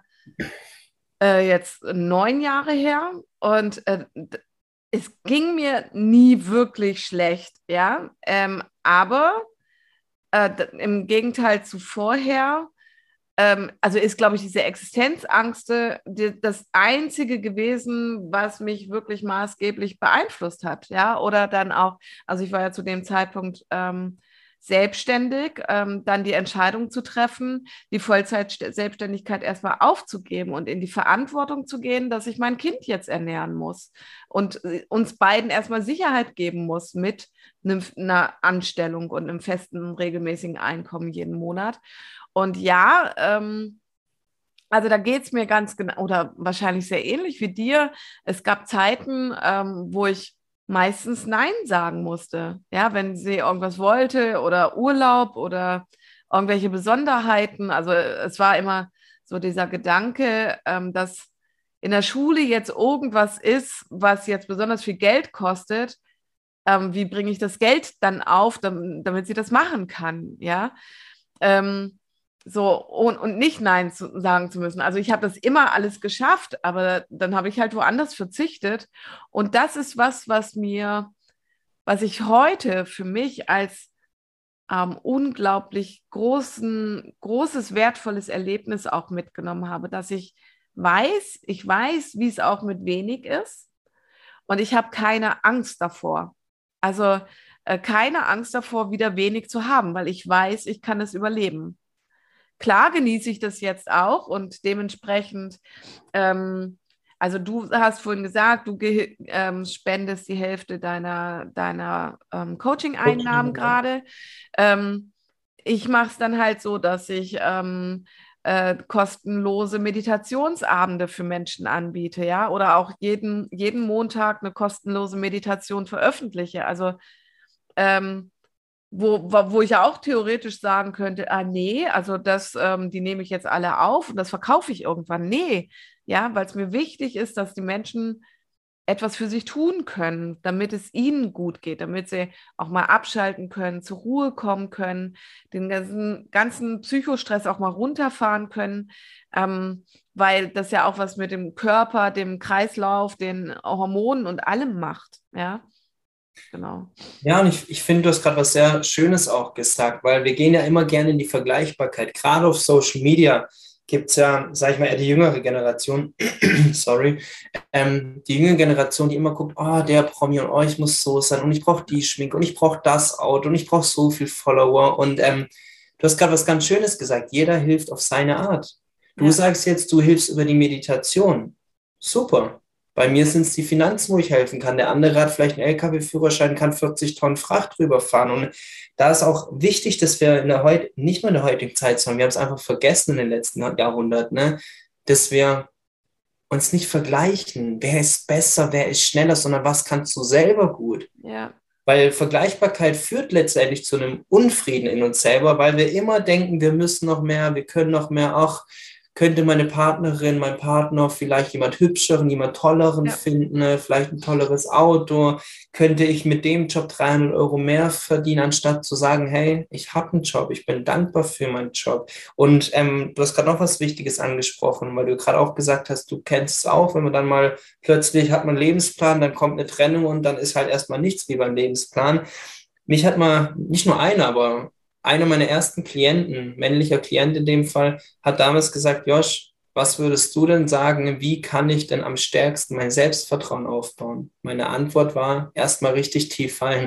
äh, jetzt neun Jahre her und äh, d- es ging mir nie wirklich schlecht, ja. Ähm, aber äh, d- im Gegenteil zu vorher, ähm, also ist, glaube ich, diese Existenzangste die, das Einzige gewesen, was mich wirklich maßgeblich beeinflusst hat, ja. Oder dann auch, also ich war ja zu dem Zeitpunkt ähm, selbstständig, ähm, dann die Entscheidung zu treffen, die Vollzeit-Selbstständigkeit erstmal aufzugeben und in die Verantwortung zu gehen, dass ich mein Kind jetzt ernähren muss und äh, uns beiden erstmal Sicherheit geben muss mit einem, einer Anstellung und einem festen, regelmäßigen Einkommen jeden Monat. Und ja, ähm, also da geht es mir ganz genau oder wahrscheinlich sehr ähnlich wie dir. Es gab Zeiten, ähm, wo ich meistens Nein sagen musste. Ja, wenn sie irgendwas wollte oder Urlaub oder irgendwelche Besonderheiten. Also es war immer so dieser Gedanke, ähm, dass in der Schule jetzt irgendwas ist, was jetzt besonders viel Geld kostet. Ähm, wie bringe ich das Geld dann auf, damit, damit sie das machen kann? Ja. Ähm, so, und, und nicht Nein zu, sagen zu müssen. Also ich habe das immer alles geschafft, aber dann habe ich halt woanders verzichtet. Und das ist was, was mir was ich heute für mich als ähm, unglaublich großen, großes, wertvolles Erlebnis auch mitgenommen habe, dass ich weiß, ich weiß, wie es auch mit wenig ist und ich habe keine Angst davor. Also äh, keine Angst davor, wieder wenig zu haben, weil ich weiß, ich kann es überleben. Klar genieße ich das jetzt auch und dementsprechend, ähm, also du hast vorhin gesagt, du ge ähm, spendest die Hälfte deiner, deiner ähm, Coaching-Einnahmen gerade. Ähm, ich mache es dann halt so, dass ich ähm, äh, kostenlose Meditationsabende für Menschen anbiete, ja, oder auch jeden, jeden Montag eine kostenlose Meditation veröffentliche. Also ähm, wo, wo, wo ich ja auch theoretisch sagen könnte, ah nee, also das, ähm, die nehme ich jetzt alle auf und das verkaufe ich irgendwann. Nee, ja, weil es mir wichtig ist, dass die Menschen etwas für sich tun können, damit es ihnen gut geht, damit sie auch mal abschalten können, zur Ruhe kommen können, den ganzen, ganzen Psychostress auch mal runterfahren können, ähm, weil das ja auch was mit dem Körper, dem Kreislauf, den Hormonen und allem macht, ja, genau. Ja, und ich, ich finde, du hast gerade was sehr Schönes auch gesagt, weil wir gehen ja immer gerne in die Vergleichbarkeit. Gerade auf Social Media gibt es ja, sag ich mal, eher die jüngere Generation, sorry, ähm, die jüngere Generation, die immer guckt, oh, der Promi und oh, ich muss so sein und ich brauche die Schminke und ich brauche das Auto und ich brauche so viel Follower. Und ähm, du hast gerade was ganz Schönes gesagt, jeder hilft auf seine Art. Du Ja. sagst jetzt, du hilfst über die Meditation. Super. Bei mir sind es die Finanzen, wo ich helfen kann. Der andere hat vielleicht einen L K W-Führerschein, kann vierzig Tonnen Fracht drüber fahren. Und da ist auch wichtig, dass wir in der heut, nicht nur in der heutigen Zeit, sondern wir haben es einfach vergessen in den letzten Jahrhunderten, ne? Dass wir uns nicht vergleichen. Wer ist besser, wer ist schneller, sondern was kannst du selber gut? Ja. Weil Vergleichbarkeit führt letztendlich zu einem Unfrieden in uns selber, weil wir immer denken, wir müssen noch mehr, wir können noch mehr. Ach, könnte meine Partnerin, mein Partner vielleicht jemand Hübscheren, jemand Tolleren Ja. finden, ne? Vielleicht ein tolleres Auto, könnte ich mit dem Job dreihundert Euro mehr verdienen, anstatt zu sagen, hey, ich habe einen Job, ich bin dankbar für meinen Job. Und ähm, du hast gerade noch was Wichtiges angesprochen, weil du gerade auch gesagt hast, du kennst es auch, wenn man dann mal plötzlich hat man einen Lebensplan, dann kommt eine Trennung und dann ist halt erstmal nichts wie beim Lebensplan. Mich hat mal, nicht nur einer, aber einer meiner ersten Klienten, männlicher Klient in dem Fall, hat damals gesagt, Josh, was würdest du denn sagen, wie kann ich denn am stärksten mein Selbstvertrauen aufbauen? Meine Antwort war, erstmal richtig tief fallen.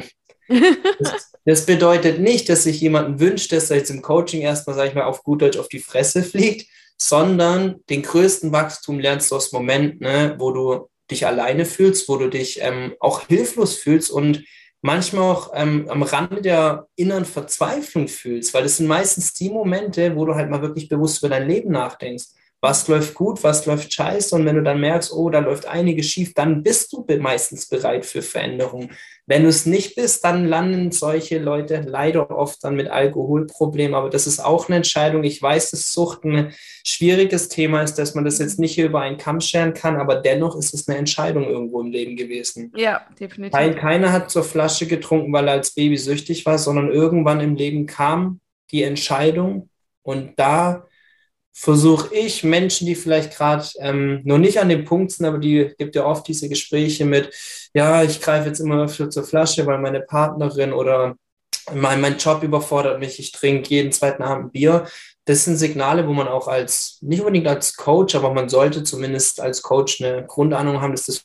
Das, das bedeutet nicht, dass sich jemanden wünscht, dass er jetzt im Coaching erstmal, sag ich mal, auf gut Deutsch auf die Fresse fliegt, sondern den größten Wachstum lernst du aus Momenten, ne, wo du dich alleine fühlst, wo du dich ähm, auch hilflos fühlst und manchmal auch ähm, am Rande der inneren Verzweiflung fühlst, weil das sind meistens die Momente, wo du halt mal wirklich bewusst über dein Leben nachdenkst. Was läuft gut, was läuft scheiße? Und wenn du dann merkst, oh, da läuft einiges schief, dann bist du meistens bereit für Veränderung. Wenn du es nicht bist, dann landen solche Leute leider oft dann mit Alkoholproblemen. Aber das ist auch eine Entscheidung. Ich weiß, dass Sucht ein schwieriges Thema ist, dass man das jetzt nicht hier über einen Kamm scheren kann, aber dennoch ist es eine Entscheidung irgendwo im Leben gewesen. Ja, definitiv. Kein, keiner hat zur Flasche getrunken, weil er als Baby süchtig war, sondern irgendwann im Leben kam die Entscheidung und da versuche ich Menschen, die vielleicht gerade ähm, noch nicht an dem Punkt sind, aber die gibt ja oft diese Gespräche mit, ja, ich greife jetzt immer öfter zur Flasche, weil meine Partnerin oder mein, mein Job überfordert mich, ich trinke jeden zweiten Abend Bier. Das sind Signale, wo man auch als, nicht unbedingt als Coach, aber man sollte zumindest als Coach eine Grundahnung haben, dass das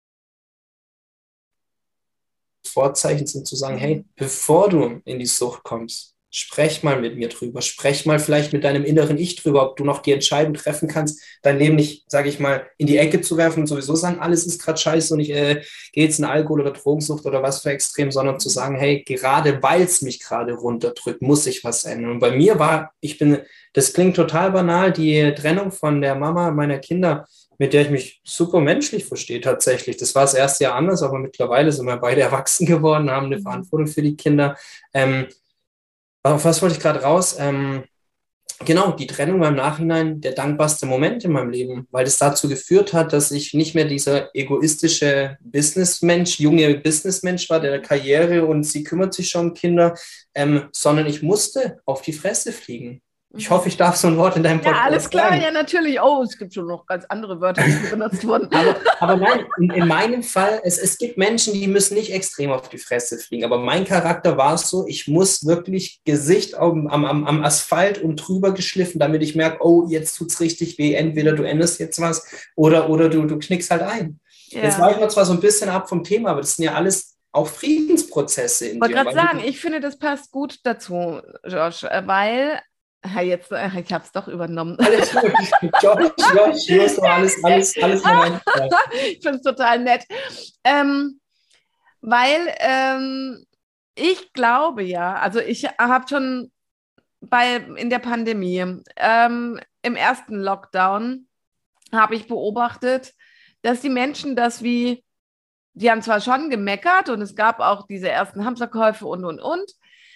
Vorzeichen sind, zu sagen, hey, bevor du in die Sucht kommst, sprech mal mit mir drüber, sprech mal vielleicht mit deinem inneren Ich drüber, ob du noch die Entscheidung treffen kannst, dein Leben nicht, sage ich mal, in die Ecke zu werfen und sowieso sagen, alles ist gerade scheiße und ich äh, gehe jetzt in Alkohol oder Drogensucht oder was für extrem, sondern zu sagen, hey, gerade weil es mich gerade runterdrückt, muss ich was ändern. Und bei mir war, ich bin, das klingt total banal, die Trennung von der Mama meiner Kinder, mit der ich mich super menschlich verstehe tatsächlich. Das war das erste Jahr anders, aber mittlerweile sind wir beide erwachsen geworden, haben eine Verantwortung für die Kinder. Ähm, Auf was wollte ich gerade raus? Ähm, genau, die Trennung war im Nachhinein der dankbarste Moment in meinem Leben, weil es dazu geführt hat, dass ich nicht mehr dieser egoistische Businessmensch, junge Businessmensch war, der Karriere und sie kümmert sich schon um Kinder, ähm, sondern ich musste auf die Fresse fliegen. Ich hoffe, ich darf so ein Wort in deinem Podcast Ja, alles klar, sagen. ja, natürlich. Oh, es gibt schon noch ganz andere Wörter, die benutzt wurden. aber, aber nein, in, in meinem Fall, es, es gibt Menschen, die müssen nicht extrem auf die Fresse fliegen. Aber mein Charakter war es so, ich muss wirklich Gesicht am, am, am Asphalt und drüber geschliffen, damit ich merke, oh, jetzt tut es richtig weh. Entweder du änderst jetzt was oder, oder du, du knickst halt ein. Ja. Jetzt weichen wir zwar so ein bisschen ab vom Thema, aber das sind ja alles auch Friedensprozesse in dir. Ich wollte gerade sagen, ich finde, das passt gut dazu, Josh, weil jetzt, ich habe es doch übernommen. Alles gut, Josh, Josh, Josh, alles, alles, alles rein. Ich finde es total nett. Ähm, weil ähm, ich glaube ja, also ich habe schon bei, in der Pandemie, ähm, im ersten Lockdown, habe ich beobachtet, dass die Menschen das wie, die haben zwar schon gemeckert und es gab auch diese ersten Hamsterkäufe und, und, und,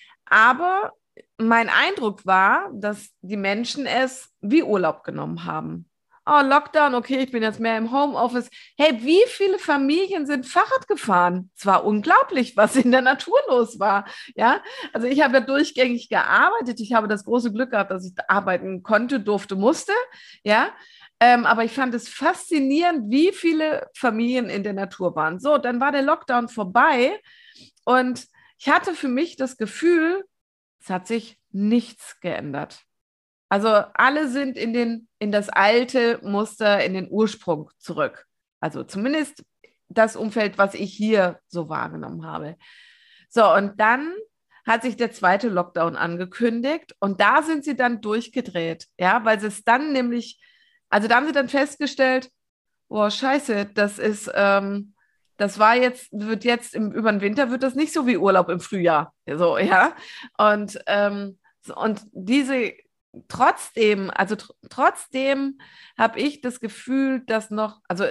aber mein Eindruck war, dass die Menschen es wie Urlaub genommen haben. Oh, Lockdown, okay, ich bin jetzt mehr im Homeoffice. Hey, wie viele Familien sind Fahrrad gefahren? Es war unglaublich, was in der Natur los war. Ja, also ich habe ja durchgängig gearbeitet. Ich habe das große Glück gehabt, dass ich arbeiten konnte, durfte, musste. Ja, ähm, aber ich fand es faszinierend, wie viele Familien in der Natur waren. So, dann war der Lockdown vorbei und ich hatte für mich das Gefühl, es hat sich nichts geändert. Also alle sind in, den, in das alte Muster, in den Ursprung zurück. Also zumindest das Umfeld, was ich hier so wahrgenommen habe. So, und dann hat sich der zweite Lockdown angekündigt und da sind sie dann durchgedreht, ja, weil sie es dann nämlich, also da haben sie dann festgestellt, boah, scheiße, das ist, ähm, das war jetzt, wird jetzt im, über den Winter wird das nicht so wie Urlaub im Frühjahr, so, ja, und, ähm, und diese Trotzdem, also tr trotzdem habe ich das Gefühl, dass noch, also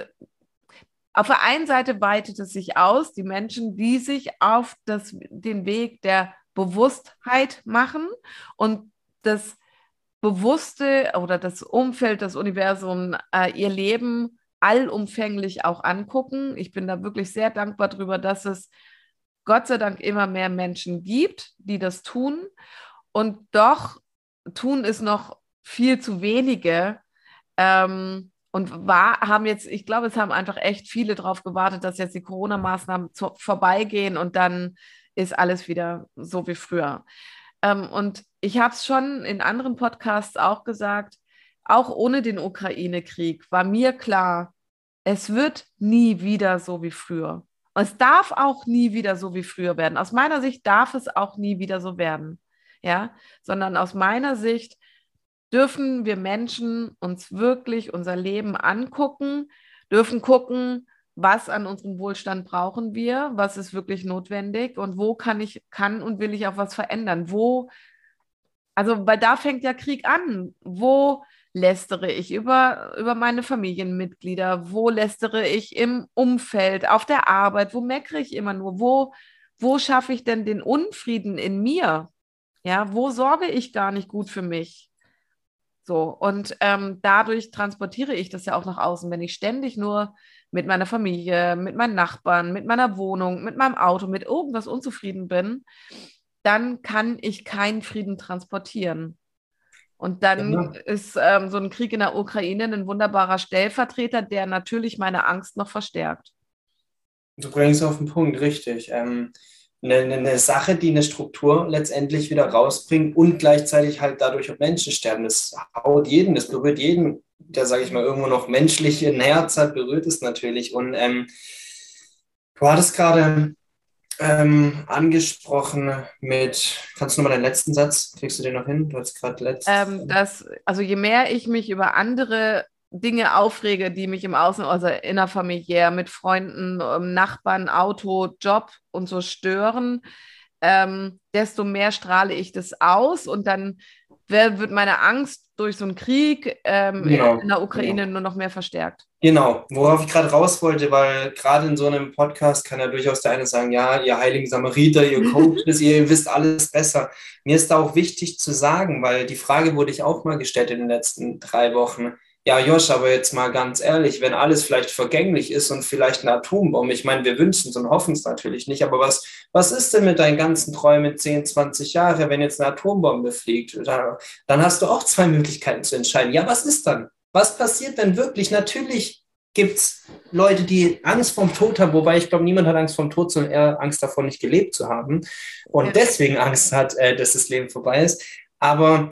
auf der einen Seite weitet es sich aus, die Menschen, die sich auf das, den Weg der Bewusstheit machen und das Bewusste oder das Umfeld, das Universum, äh, ihr Leben allumfänglich auch angucken. Ich bin da wirklich sehr dankbar darüber, dass es Gott sei Dank immer mehr Menschen gibt, die das tun und doch tun es noch viel zu wenige ähm, und war, haben jetzt, ich glaube, es haben einfach echt viele darauf gewartet, dass jetzt die Corona-Maßnahmen zu, vorbeigehen und dann ist alles wieder so wie früher. Ähm, und ich habe es schon in anderen Podcasts auch gesagt, auch ohne den Ukraine-Krieg war mir klar, es wird nie wieder so wie früher. Und es darf auch nie wieder so wie früher werden. Aus meiner Sicht darf es auch nie wieder so werden. Ja, sondern aus meiner Sicht dürfen wir Menschen uns wirklich unser Leben angucken, dürfen gucken, was an unserem Wohlstand brauchen wir, was ist wirklich notwendig und wo kann ich, kann und will ich auch was verändern. Wo, also, weil da fängt ja Krieg an. Wo lästere ich über, über meine Familienmitglieder? Wo lästere ich im Umfeld, auf der Arbeit? Wo meckere ich immer nur? Wo, wo schaffe ich denn den Unfrieden in mir? Ja, wo sorge ich gar nicht gut für mich? So, und ähm, dadurch transportiere ich das ja auch nach außen, wenn ich ständig nur mit meiner Familie, mit meinen Nachbarn, mit meiner Wohnung, mit meinem Auto, mit irgendwas unzufrieden bin, dann kann ich keinen Frieden transportieren. Und dann ja. ist ähm, so ein Krieg in der Ukraine ein wunderbarer Stellvertreter, der natürlich meine Angst noch verstärkt. Du bringst auf den Punkt, richtig. Ähm Eine, eine Sache, die eine Struktur letztendlich wieder rausbringt und gleichzeitig halt dadurch auch Menschen sterben. Das haut jeden, das berührt jeden, der, sage ich mal, irgendwo noch menschlich ein Herz hat, berührt es natürlich. Und ähm, du hattest gerade ähm, angesprochen mit, kannst du nochmal deinen letzten Satz, kriegst du den noch hin? Du hast gerade letzten. Ähm, das, also je mehr ich mich über andere Dinge aufrege, die mich im Außen, also innerfamiliär, mit Freunden, Nachbarn, Auto, Job und so stören, ähm, desto mehr strahle ich das aus und dann wird meine Angst durch so einen Krieg ähm, genau, in der Ukraine genau. nur noch mehr verstärkt. Genau, worauf ich gerade raus wollte, weil gerade in so einem Podcast kann ja durchaus der eine sagen, ja, ihr heiligen Samariter, ihr Coaches, ihr wisst alles besser. Mir ist da auch wichtig zu sagen, weil die Frage wurde ich auch mal gestellt in den letzten drei Wochen, Ja, Josh, aber jetzt mal ganz ehrlich, wenn alles vielleicht vergänglich ist und vielleicht eine Atombombe, ich meine, wir wünschen es und hoffen es natürlich nicht, aber was, was ist denn mit deinen ganzen Träumen mit zehn, zwanzig Jahre, wenn jetzt eine Atombombe fliegt? Da, dann hast du auch zwei Möglichkeiten zu entscheiden. Ja, was ist dann? Was passiert denn wirklich? Natürlich gibt es Leute, die Angst vorm Tod haben, wobei ich glaube, niemand hat Angst vorm Tod, sondern eher Angst davor, nicht gelebt zu haben Ja. und deswegen Angst hat, äh, dass das Leben vorbei ist. Aber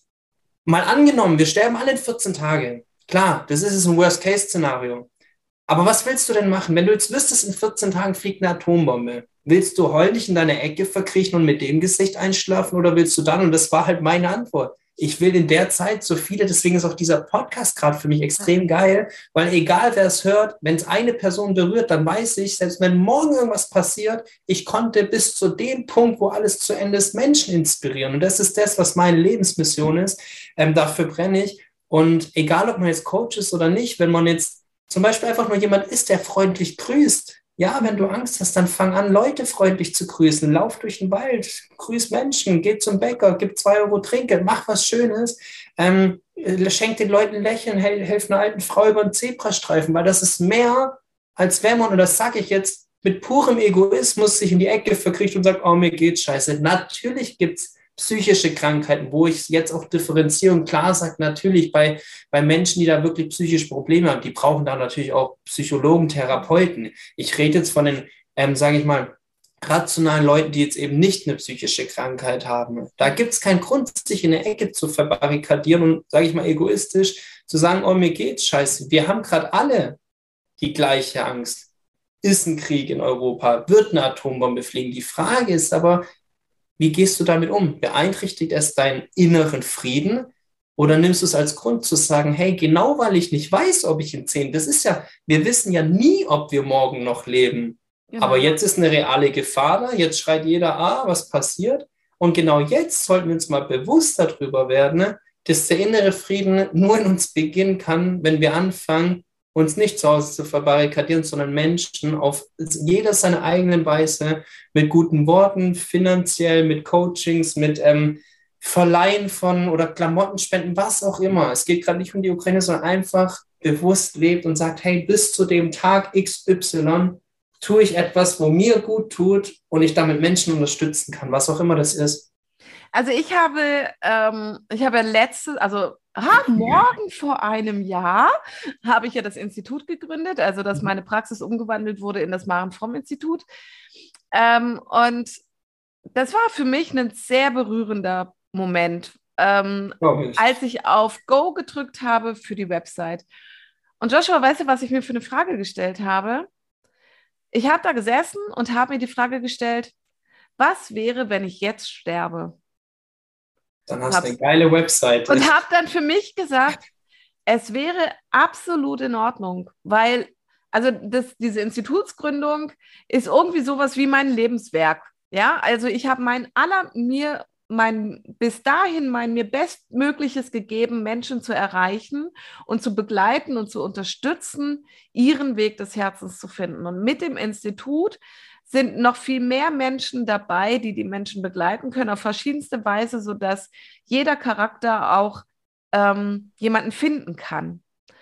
mal angenommen, wir sterben alle in vierzehn Tagen. Klar, das ist ein Worst-Case-Szenario. Aber was willst du denn machen? Wenn du jetzt wüsstest, in vierzehn Tagen fliegt eine Atombombe, willst du heulig in deine Ecke verkriechen und mit dem Gesicht einschlafen oder willst du dann, und das war halt meine Antwort, ich will in der Zeit so viele, deswegen ist auch dieser Podcast gerade für mich extrem geil, weil egal wer es hört, wenn es eine Person berührt, dann weiß ich, selbst wenn morgen irgendwas passiert, ich konnte bis zu dem Punkt, wo alles zu Ende ist, Menschen inspirieren. Und das ist das, was meine Lebensmission ist. Ähm, dafür brenne ich. Und egal, ob man jetzt Coach ist oder nicht, wenn man jetzt zum Beispiel einfach nur jemand ist, der freundlich grüßt. Ja, wenn du Angst hast, dann fang an, Leute freundlich zu grüßen. Lauf durch den Wald, grüß Menschen, geh zum Bäcker, gib zwei Euro Trinkgeld, mach was Schönes, ähm, schenk den Leuten Lächeln, hel helf einer alten Frau über einen Zebrastreifen, weil das ist mehr, als wenn man, und das sage ich jetzt, mit purem Egoismus sich in die Ecke verkriecht und sagt, oh, mir geht's scheiße. Natürlich gibt's psychische Krankheiten, wo ich jetzt auch differenziere und klar sage, natürlich bei, bei Menschen, die da wirklich psychische Probleme haben, die brauchen da natürlich auch Psychologen, Therapeuten. Ich rede jetzt von den, ähm, sage ich mal, rationalen Leuten, die jetzt eben nicht eine psychische Krankheit haben. Da gibt es keinen Grund, sich in eine Ecke zu verbarrikadieren und, sage ich mal, egoistisch zu sagen, oh, mir geht's scheiße. Wir haben gerade alle die gleiche Angst. Ist ein Krieg in Europa? Wird eine Atombombe fliegen? Die Frage ist aber, wie gehst du damit um? Beeinträchtigt es deinen inneren Frieden oder nimmst du es als Grund zu sagen, hey, genau weil ich nicht weiß, ob ich in zehn, das ist ja, wir wissen ja nie, ob wir morgen noch leben. Genau. Aber jetzt ist eine reale Gefahr da, jetzt schreit jeder, ah, was passiert? Und genau jetzt sollten wir uns mal bewusst darüber werden, dass der innere Frieden nur in uns beginnen kann, wenn wir anfangen, uns nicht zu Hause zu verbarrikadieren, sondern Menschen auf jeder seine eigene Weise mit guten Worten, finanziell, mit Coachings, mit ähm, Verleihen von oder Klamottenspenden, was auch immer. Es geht gerade nicht um die Ukraine, sondern einfach bewusst lebt und sagt, hey, bis zu dem Tag X Y tue ich etwas, wo mir gut tut und ich damit Menschen unterstützen kann, was auch immer das ist. Also ich habe, ähm, ich habe letztes, also ah, morgen vor einem Jahr habe ich ja das Institut gegründet, also dass meine Praxis umgewandelt wurde in das Maren-Fromm-Institut. Ähm, und das war für mich ein sehr berührender Moment, ähm, ich. als ich auf Go gedrückt habe für die Website. Und Joshua, weißt du, was ich mir für eine Frage gestellt habe? Ich habe da gesessen und habe mir die Frage gestellt, was wäre, wenn ich jetzt sterbe? Dann hast du eine geile Website. Und habe dann für mich gesagt, es wäre absolut in Ordnung, weil also das, diese Institutsgründung ist irgendwie sowas wie mein Lebenswerk. Ja, also ich habe mein aller mir mein bis dahin mein mir Bestmögliches gegeben, Menschen zu erreichen und zu begleiten und zu unterstützen, ihren Weg des Herzens zu finden. Und mit dem Institut sind noch viel mehr Menschen dabei, die die Menschen begleiten können auf verschiedenste Weise, sodass jeder Charakter auch ähm, jemanden finden kann.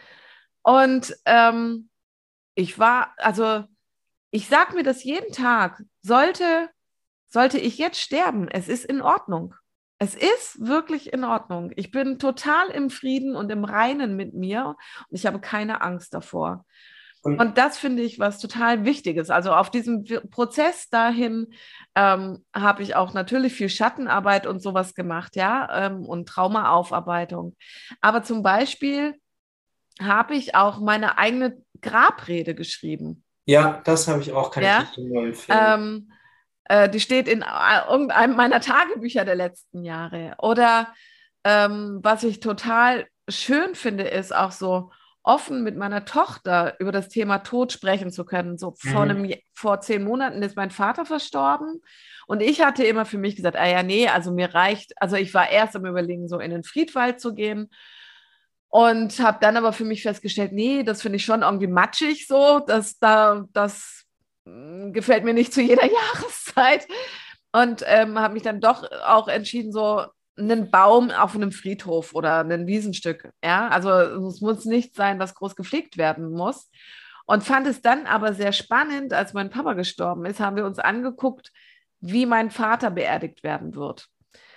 Und ähm, ich war, also ich sage mir das jeden Tag, sollte, sollte ich jetzt sterben, es ist in Ordnung. Es ist wirklich in Ordnung. Ich bin total im Frieden und im Reinen mit mir und ich habe keine Angst davor. Und, und das finde ich was total Wichtiges. Also auf diesem Prozess dahin ähm, habe ich auch natürlich viel Schattenarbeit und sowas gemacht, ja, ähm, und Traumaaufarbeitung. Aber zum Beispiel habe ich auch meine eigene Grabrede geschrieben. Ja, das habe ich auch, kann ja? ich nur empfehlen. Ähm, äh, die steht in äh, irgendeinem meiner Tagebücher der letzten Jahre. Oder ähm, was ich total schön finde, ist auch so offen mit meiner Tochter über das Thema Tod sprechen zu können. So mhm. vor, einem, vor zehn Monaten ist mein Vater verstorben und ich hatte immer für mich gesagt, ah ja, nee, also mir reicht, also ich war erst am Überlegen, so in den Friedwald zu gehen und habe dann aber für mich festgestellt, nee, das finde ich schon irgendwie matschig so, dass da, das mh, gefällt mir nicht zu jeder Jahreszeit und ähm, habe mich dann doch auch entschieden, so einen Baum auf einem Friedhof oder ein Wiesenstück. Ja, also es muss nicht sein, was groß gepflegt werden muss. Und fand es dann aber sehr spannend, als mein Papa gestorben ist, haben wir uns angeguckt, wie mein Vater beerdigt werden wird.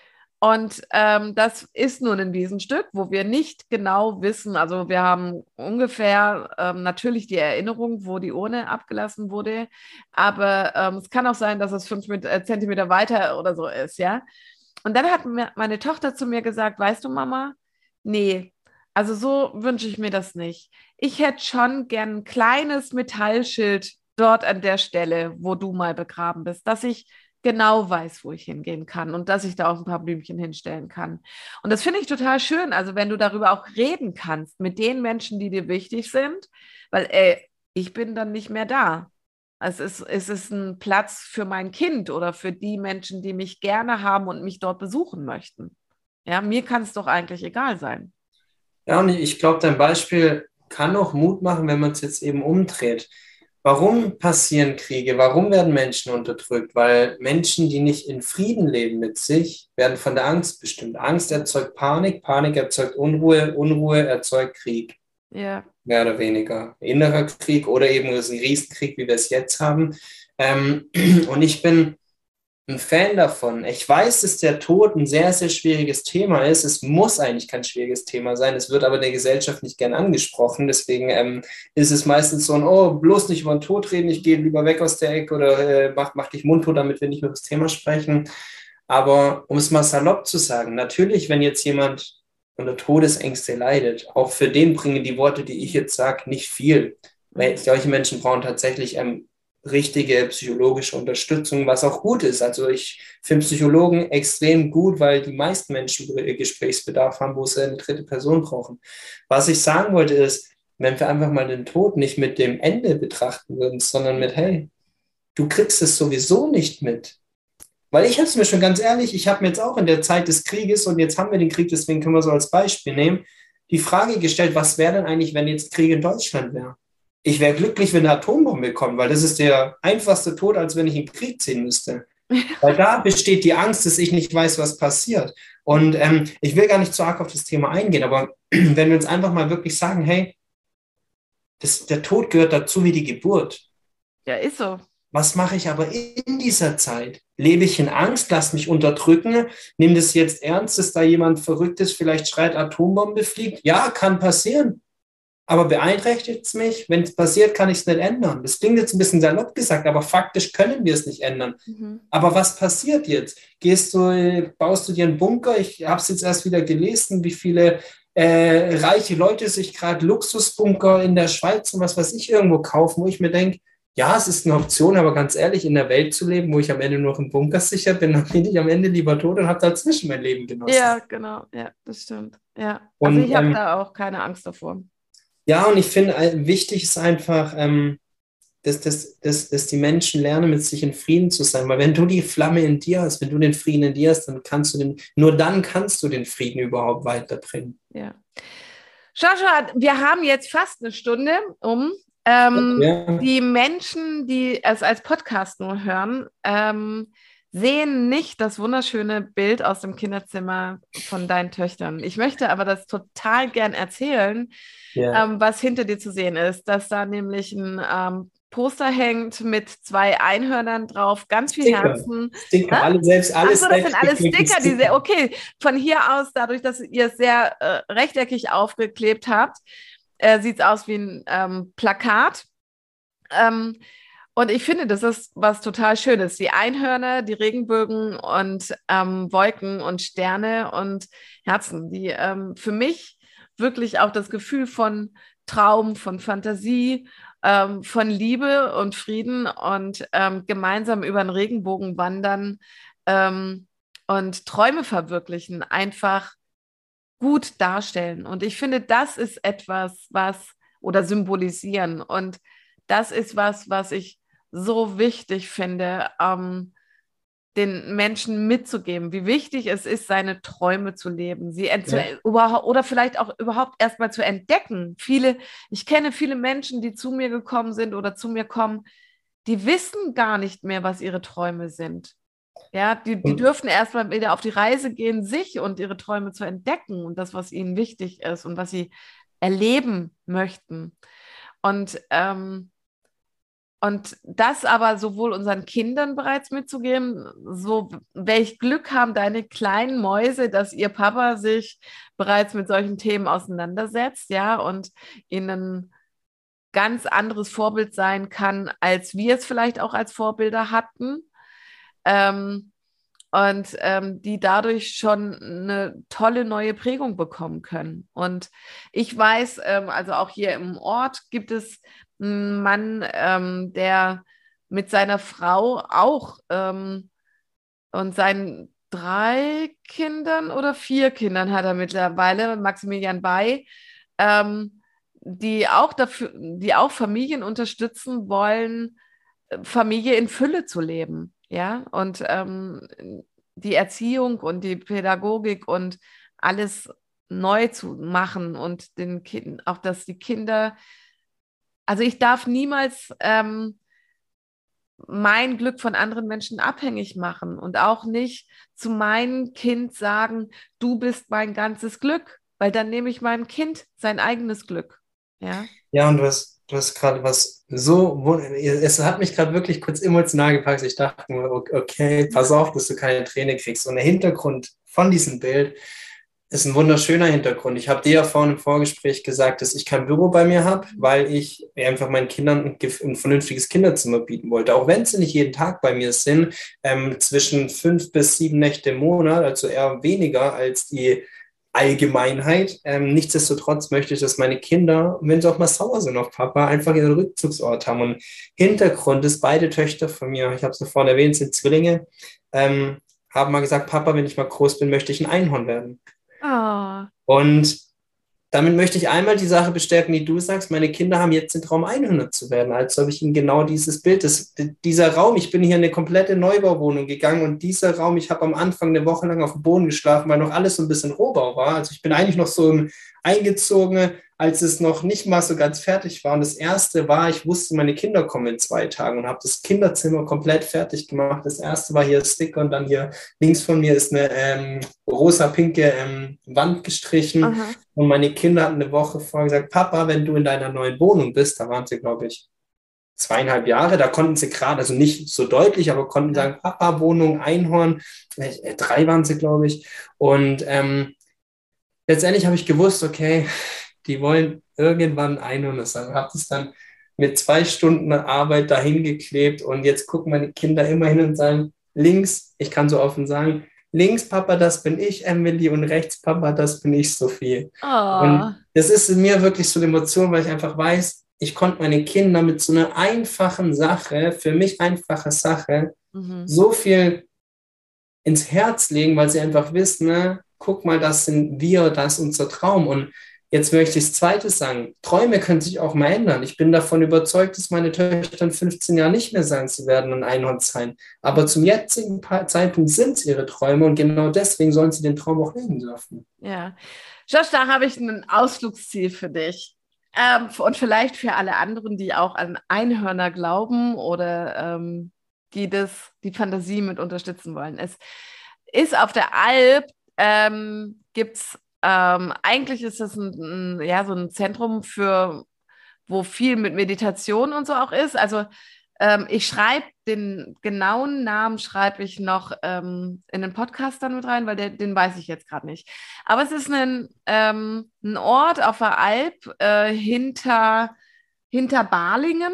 Und ähm, das ist nun ein Wiesenstück, wo wir nicht genau wissen, also wir haben ungefähr ähm, natürlich die Erinnerung, wo die Urne abgelassen wurde, aber ähm, es kann auch sein, dass es fünf mit, äh, Zentimeter weiter oder so ist, ja. Und dann hat mir meine Tochter zu mir gesagt, weißt du, Mama, nee, also so wünsche ich mir das nicht. Ich hätte schon gern ein kleines Metallschild dort an der Stelle, wo du mal begraben bist, dass ich genau weiß, wo ich hingehen kann und dass ich da auch ein paar Blümchen hinstellen kann. Und das finde ich total schön, also wenn du darüber auch reden kannst mit den Menschen, die dir wichtig sind, weil ey, ich bin dann nicht mehr da. Es ist, es ist ein Platz für mein Kind oder für die Menschen, die mich gerne haben und mich dort besuchen möchten. Ja, mir kann es doch eigentlich egal sein. Ja, und ich glaube, dein Beispiel kann auch Mut machen, wenn man es jetzt eben umdreht. Warum passieren Kriege? Warum werden Menschen unterdrückt? Weil Menschen, die nicht in Frieden leben mit sich, werden von der Angst bestimmt. Angst erzeugt Panik, Panik erzeugt Unruhe, Unruhe erzeugt Krieg. Ja. Mehr oder weniger. Innerer Krieg oder eben ein Riesenkrieg, wie wir es jetzt haben. Ähm, und ich bin ein Fan davon. Ich weiß, dass der Tod ein sehr, sehr schwieriges Thema ist. Es muss eigentlich kein schwieriges Thema sein. Es wird aber in der Gesellschaft nicht gern angesprochen. Deswegen ähm, ist es meistens so ein, oh, bloß nicht über den Tod reden, ich gehe lieber weg aus der Ecke oder äh, mach, mach dich mundtot, damit wir nicht mehr über das Thema sprechen. Aber um es mal salopp zu sagen, natürlich, wenn jetzt jemand unter Todesängste leidet, auch für den bringen die Worte, die ich jetzt sage, nicht viel. Weil solche Menschen brauchen tatsächlich ähm, richtige psychologische Unterstützung, was auch gut ist. Also ich finde Psychologen extrem gut, weil die meisten Menschen Gesprächsbedarf haben, wo sie eine dritte Person brauchen. Was ich sagen wollte ist, wenn wir einfach mal den Tod nicht mit dem Ende betrachten würden, sondern mit, hey, du kriegst es sowieso nicht mit. Weil ich habe es mir schon ganz ehrlich, ich habe mir jetzt auch in der Zeit des Krieges, und jetzt haben wir den Krieg, deswegen können wir so als Beispiel nehmen, die Frage gestellt, was wäre denn eigentlich, wenn jetzt Krieg in Deutschland wäre? Ich wäre glücklich, wenn eine Atombombe kommt, weil das ist der einfachste Tod, als wenn ich in den Krieg ziehen müsste. Weil da besteht die Angst, dass ich nicht weiß, was passiert. Und ähm, ich will gar nicht zu arg auf das Thema eingehen, aber wenn wir uns einfach mal wirklich sagen, hey, das, der Tod gehört dazu wie die Geburt. Ja, ist so. Was mache ich aber in dieser Zeit? Lebe ich in Angst, lass mich unterdrücken, nimm das jetzt ernst, dass da jemand Verrücktes vielleicht schreit, Atombombe fliegt? Ja, kann passieren. Aber beeinträchtigt es mich? Wenn es passiert, kann ich es nicht ändern. Das klingt jetzt ein bisschen salopp gesagt, aber faktisch können wir es nicht ändern. Mhm. Aber was passiert jetzt? Gehst du, baust du dir einen Bunker? Ich habe es jetzt erst wieder gelesen, wie viele äh, reiche Leute sich gerade Luxusbunker in der Schweiz und was weiß ich irgendwo kaufen, wo ich mir denke, ja, es ist eine Option, aber ganz ehrlich, in der Welt zu leben, wo ich am Ende nur im Bunker sicher bin, dann bin ich am Ende lieber tot und habe dazwischen mein Leben genossen. Ja, genau. Ja, das stimmt. Ja. Also und, ich habe ähm, da auch keine Angst davor. Ja, und ich finde, wichtig ist einfach, ähm, dass, dass, dass, dass die Menschen lernen, mit sich in Frieden zu sein. Weil wenn du die Flamme in dir hast, wenn du den Frieden in dir hast, dann kannst du den, nur dann kannst du den Frieden überhaupt weiterbringen. Ja. Joshua, wir haben jetzt fast eine Stunde um. Ähm, ja. Die Menschen, die es als Podcast nur hören, ähm, sehen nicht das wunderschöne Bild aus dem Kinderzimmer von deinen Töchtern. Ich möchte aber das total gern erzählen, ja. ähm, was hinter dir zu sehen ist, dass da nämlich ein ähm, Poster hängt mit zwei Einhörnern drauf, ganz viel Sticker. Herzen. Sticker, alle selbst, alles. Achso, das sind alle Sticker, die sehr, okay, von hier aus, dadurch, dass ihr es sehr äh, rechteckig aufgeklebt habt, äh, sieht es aus wie ein ähm, Plakat. Ähm, Und ich finde, das ist was total Schönes. Die Einhörner, die Regenbögen und ähm, Wolken und Sterne und Herzen, die ähm, für mich wirklich auch das Gefühl von Traum, von Fantasie, ähm, von Liebe und Frieden und ähm, gemeinsam über den Regenbogen wandern ähm, und Träume verwirklichen, einfach gut darstellen. Und ich finde, das ist etwas, was, oder symbolisieren. Und das ist was, was ich so wichtig finde, ähm, den Menschen mitzugeben, wie wichtig es ist, seine Träume zu leben, sie ja. zu, oder vielleicht auch überhaupt erstmal zu entdecken. Viele, ich kenne viele Menschen, die zu mir gekommen sind oder zu mir kommen, die wissen gar nicht mehr, was ihre Träume sind. Ja, die, die dürfen erstmal wieder auf die Reise gehen, sich und ihre Träume zu entdecken und das, was ihnen wichtig ist und was sie erleben möchten. Und, ähm, und das aber sowohl unseren Kindern bereits mitzugeben, so welch Glück haben deine kleinen Mäuse, dass ihr Papa sich bereits mit solchen Themen auseinandersetzt, ja, und ihnen ganz anderes Vorbild sein kann, als wir es vielleicht auch als Vorbilder hatten. Ähm, und ähm, die dadurch schon eine tolle neue Prägung bekommen können. Und ich weiß, ähm, also auch hier im Ort gibt es einen Mann, ähm, der mit seiner Frau auch ähm, und seinen drei Kindern oder vier Kindern hat er mittlerweile, Maximilian Bay, ähm, die auch dafür, die auch Familien unterstützen wollen, Familie in Fülle zu leben, ja, und ähm, die Erziehung und die Pädagogik und alles neu zu machen und den Kindern, auch dass die Kinder, also ich darf niemals ähm, mein Glück von anderen Menschen abhängig machen und auch nicht zu meinem Kind sagen, du bist mein ganzes Glück, weil dann nehme ich meinem Kind sein eigenes Glück, ja. Ja, und du hast, du hast gerade was so, wun- es hat mich gerade wirklich kurz emotional gepackt. Ich dachte nur, okay, pass auf, dass du keine Träne kriegst. Und der Hintergrund von diesem Bild ist ein wunderschöner Hintergrund. Ich habe dir ja vorhin im Vorgespräch gesagt, dass ich kein Büro bei mir habe, weil ich einfach meinen Kindern ein, gef- ein vernünftiges Kinderzimmer bieten wollte. Auch wenn sie nicht jeden Tag bei mir sind, ähm, zwischen fünf bis sieben Nächte im Monat, also eher weniger als die Allgemeinheit. Ähm, nichtsdestotrotz möchte ich, dass meine Kinder, wenn sie auch mal sauer sind auf Papa, einfach ihren Rückzugsort haben. Und Hintergrund ist, beide Töchter von mir, ich habe es vorhin erwähnt, sind Zwillinge, ähm, haben mal gesagt, Papa, wenn ich mal groß bin, möchte ich ein Einhorn werden. Oh, Und damit möchte ich einmal die Sache bestärken, die du sagst, meine Kinder haben jetzt den Traum, Einhörner zu werden. Also habe ich ihnen genau dieses Bild, das, dieser Raum, ich bin hier in eine komplette Neubauwohnung gegangen und dieser Raum, ich habe am Anfang eine Woche lang auf dem Boden geschlafen, weil noch alles so ein bisschen Rohbau war. Also ich bin eigentlich noch so im Eingezogene, als es noch nicht mal so ganz fertig war. Und das Erste war, ich wusste, meine Kinder kommen in zwei Tagen und habe das Kinderzimmer komplett fertig gemacht. Das Erste war hier Sticker und dann hier links von mir ist eine ähm, rosa-pinke ähm, Wand gestrichen. aha. Und meine Kinder hatten eine Woche vorher gesagt, Papa, wenn du in deiner neuen Wohnung bist, da waren sie, glaube ich, zweieinhalb Jahre, da konnten sie gerade, also nicht so deutlich, aber konnten Ja. sagen, Papa, Wohnung, Einhorn, äh, drei waren sie, glaube ich. Und ähm, letztendlich habe ich gewusst, okay, die wollen irgendwann Einhorn sein. Habe das dann mit zwei Stunden Arbeit dahin geklebt und jetzt gucken meine Kinder immer hin und sagen, links, ich kann so offen sagen, links Papa, das bin ich, Emily, und rechts Papa, das bin ich, Sophie. Oh, Und das ist in mir wirklich so eine Emotion, weil ich einfach weiß, ich konnte meine Kinder mit so einer einfachen Sache, für mich einfache Sache, mhm. so viel ins Herz legen, weil sie einfach wissen, ne, guck mal, das sind wir, das ist unser Traum. Und jetzt möchte ich das Zweite sagen, Träume können sich auch mal ändern. Ich bin davon überzeugt, dass meine Töchter in fünfzehn Jahren nicht mehr sagen, sie werden ein Einhorn sein. Aber zum jetzigen Zeitpunkt sind es ihre Träume und genau deswegen sollen sie den Traum auch leben dürfen. Ja. Josh, da habe ich ein Ausflugsziel für dich. Ähm, und vielleicht für alle anderen, die auch an Einhörner glauben oder ähm, die das, die Fantasie mit unterstützen wollen. Es ist auf der Alp, ähm, gibt es, ähm, eigentlich ist das ein, ein, ja, so ein Zentrum für, wo viel mit Meditation und so auch ist. Also ähm, ich schreibe den genauen Namen, schreibe ich noch ähm, in den Podcast dann mit rein, weil der, den weiß ich jetzt gerade nicht. Aber es ist ein, ähm, ein Ort auf der Alp äh, hinter, hinter Balingen,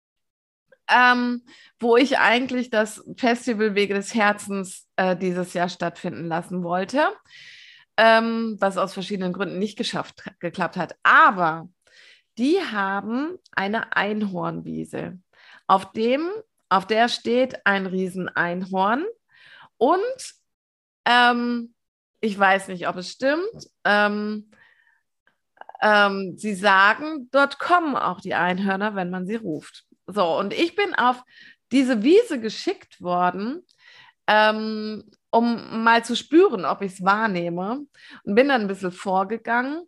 ähm, wo ich eigentlich das Festival Wege des Herzens äh, dieses Jahr stattfinden lassen wollte, ähm, was aus verschiedenen Gründen nicht geschafft, geklappt hat. Aber die haben eine Einhornwiese, auf dem, auf der steht ein Rieseneinhorn und ähm, ich weiß nicht, ob es stimmt. Ähm, ähm, sie sagen, dort kommen auch die Einhörner, wenn man sie ruft. So, und ich bin auf diese Wiese geschickt worden, ähm, um mal zu spüren, ob ich es wahrnehme. Und bin dann ein bisschen vorgegangen.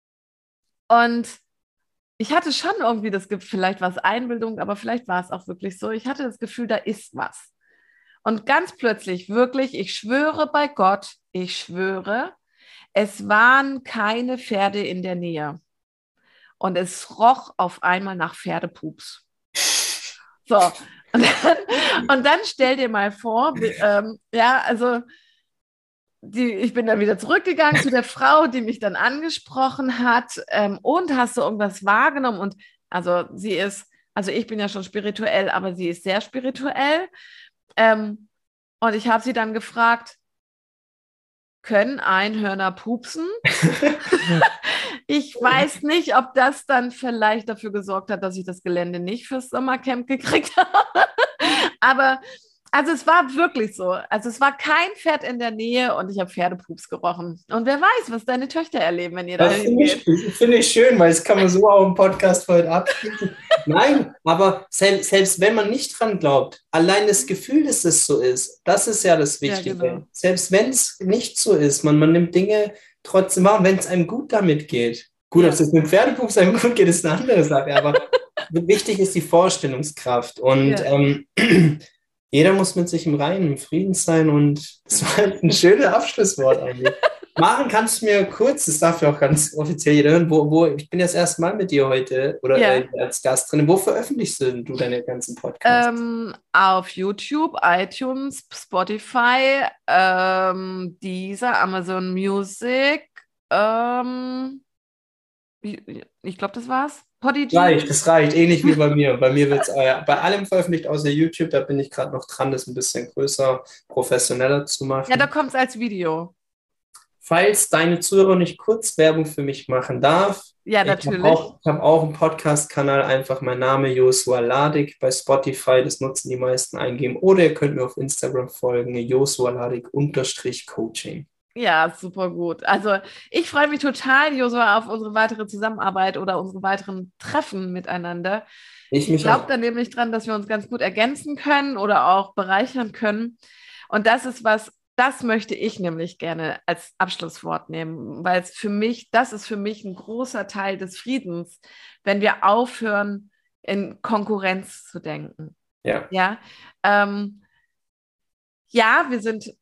Und ich hatte schon irgendwie das Gefühl, vielleicht war es Einbildung, aber vielleicht war es auch wirklich so. Ich hatte das Gefühl, da ist was. Und ganz plötzlich, wirklich, ich schwöre bei Gott, ich schwöre, es waren keine Pferde in der Nähe. Und es roch auf einmal nach Pferdepups. So, und dann, und dann stell dir mal vor, ähm, ja, also die, ich bin dann wieder zurückgegangen zu der Frau, die mich dann angesprochen hat. Ähm, und hast du irgendwas wahrgenommen? Und also sie ist, also ich bin ja schon spirituell, aber sie ist sehr spirituell. Ähm, und ich habe sie dann gefragt, können Einhörner pupsen? Ich weiß nicht, ob das dann vielleicht dafür gesorgt hat, dass ich das Gelände nicht fürs Sommercamp gekriegt habe. Aber also es war wirklich so. Also es war kein Pferd in der Nähe und ich habe Pferdepups gerochen. Und wer weiß, was deine Töchter erleben, wenn ihr da hingeht. Das finde ich schön, weil das kann man so auch im Podcast heute abschließen. Nein, aber selbst, selbst wenn man nicht dran glaubt, allein das Gefühl, dass es so ist, das ist ja das Wichtige. Ja, genau. Selbst wenn es nicht so ist, man, man nimmt Dinge trotzdem wahr, wenn es einem gut damit geht. Gut, ja. Ob es mit Pferdepups einem gut geht, ist eine andere Sache, aber wichtig ist die Vorstellungskraft. Und ja. ähm, jeder muss mit sich im Reinen, im Frieden sein und das war ein schönes Abschlusswort eigentlich. Maren, kannst du mir kurz, das darf ja auch ganz offiziell jeder hören, wo, wo ich bin das erste Mal mit dir heute oder ja. äh, als Gast drin. Wo veröffentlichst du, du deine ganzen Podcasts? Ähm, auf YouTube, iTunes, Spotify, ähm, Deezer, Amazon Music, ähm, ich, ich glaube, das war's. Podigy. Reicht, das reicht, ähnlich wie bei mir. Bei mir wird es äh, bei allem veröffentlicht, außer YouTube. Da bin ich gerade noch dran, das ein bisschen größer, professioneller zu machen. Ja, da kommt es als Video. Falls deine Zuhörer nicht kurz Werbung für mich machen darf. Ja, natürlich. Ich habe auch, hab auch einen Podcast-Kanal, einfach mein Name, Josua Ladig, bei Spotify, das nutzen die meisten, eingeben. Oder ihr könnt mir auf Instagram folgen, Josua Ladig unterstrich Coaching. Ja, super gut. Also ich freue mich total, Josua, auf unsere weitere Zusammenarbeit oder unsere weiteren Treffen miteinander. Ich, ich glaube da nämlich dran, dass wir uns ganz gut ergänzen können oder auch bereichern können. Und das ist was, das möchte ich nämlich gerne als Abschlusswort nehmen, weil es für mich, das ist für mich ein großer Teil des Friedens, wenn wir aufhören, in Konkurrenz zu denken. Ja. Ja, ähm, ja, wir sind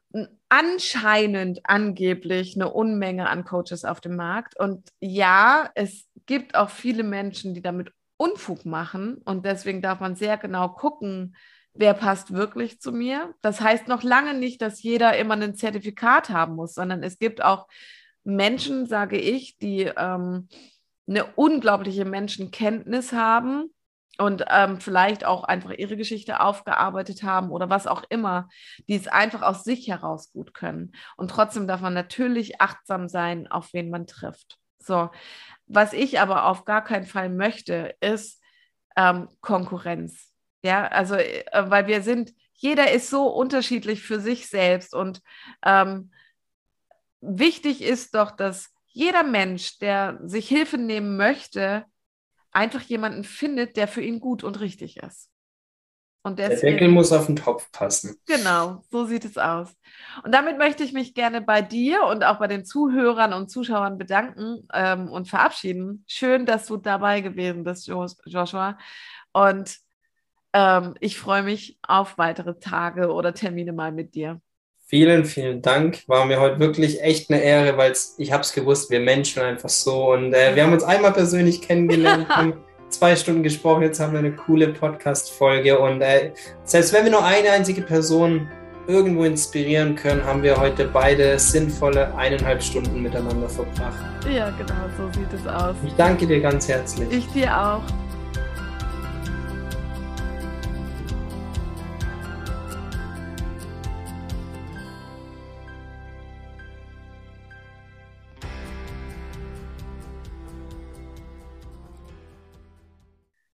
anscheinend angeblich eine Unmenge an Coaches auf dem Markt. Und ja, es gibt auch viele Menschen, die damit Unfug machen. Und deswegen darf man sehr genau gucken, wer passt wirklich zu mir. Das heißt noch lange nicht, dass jeder immer ein Zertifikat haben muss, sondern es gibt auch Menschen, sage ich, die ähm, eine unglaubliche Menschenkenntnis haben und ähm, vielleicht auch einfach ihre Geschichte aufgearbeitet haben oder was auch immer, die es einfach aus sich heraus gut können. Und trotzdem darf man natürlich achtsam sein, auf wen man trifft. So, was ich aber auf gar keinen Fall möchte, ist ähm, Konkurrenz. Ja, also, äh, weil wir sind, jeder ist so unterschiedlich für sich selbst und ähm, wichtig ist doch, dass jeder Mensch, der sich Hilfe nehmen möchte, einfach jemanden findet, der für ihn gut und richtig ist. Und deswegen, der Deckel muss auf den Topf passen. Genau, so sieht es aus. Und damit möchte ich mich gerne bei dir und auch bei den Zuhörern und Zuschauern bedanken ähm, und verabschieden. Schön, dass du dabei gewesen bist, Joshua. Und ähm, ich freue mich auf weitere Tage oder Termine mal mit dir. Vielen, vielen Dank. War mir heute wirklich echt eine Ehre, weil ich habe es gewusst, wir Menschen einfach so. Und äh, wir haben uns einmal persönlich kennengelernt, haben zwei Stunden gesprochen, jetzt haben wir eine coole Podcast-Folge. Und äh, selbst wenn wir nur eine einzige Person irgendwo inspirieren können, haben wir heute beide sinnvolle eineinhalb Stunden miteinander verbracht. Ja, genau, so sieht es aus. Ich danke dir ganz herzlich. Ich dir auch.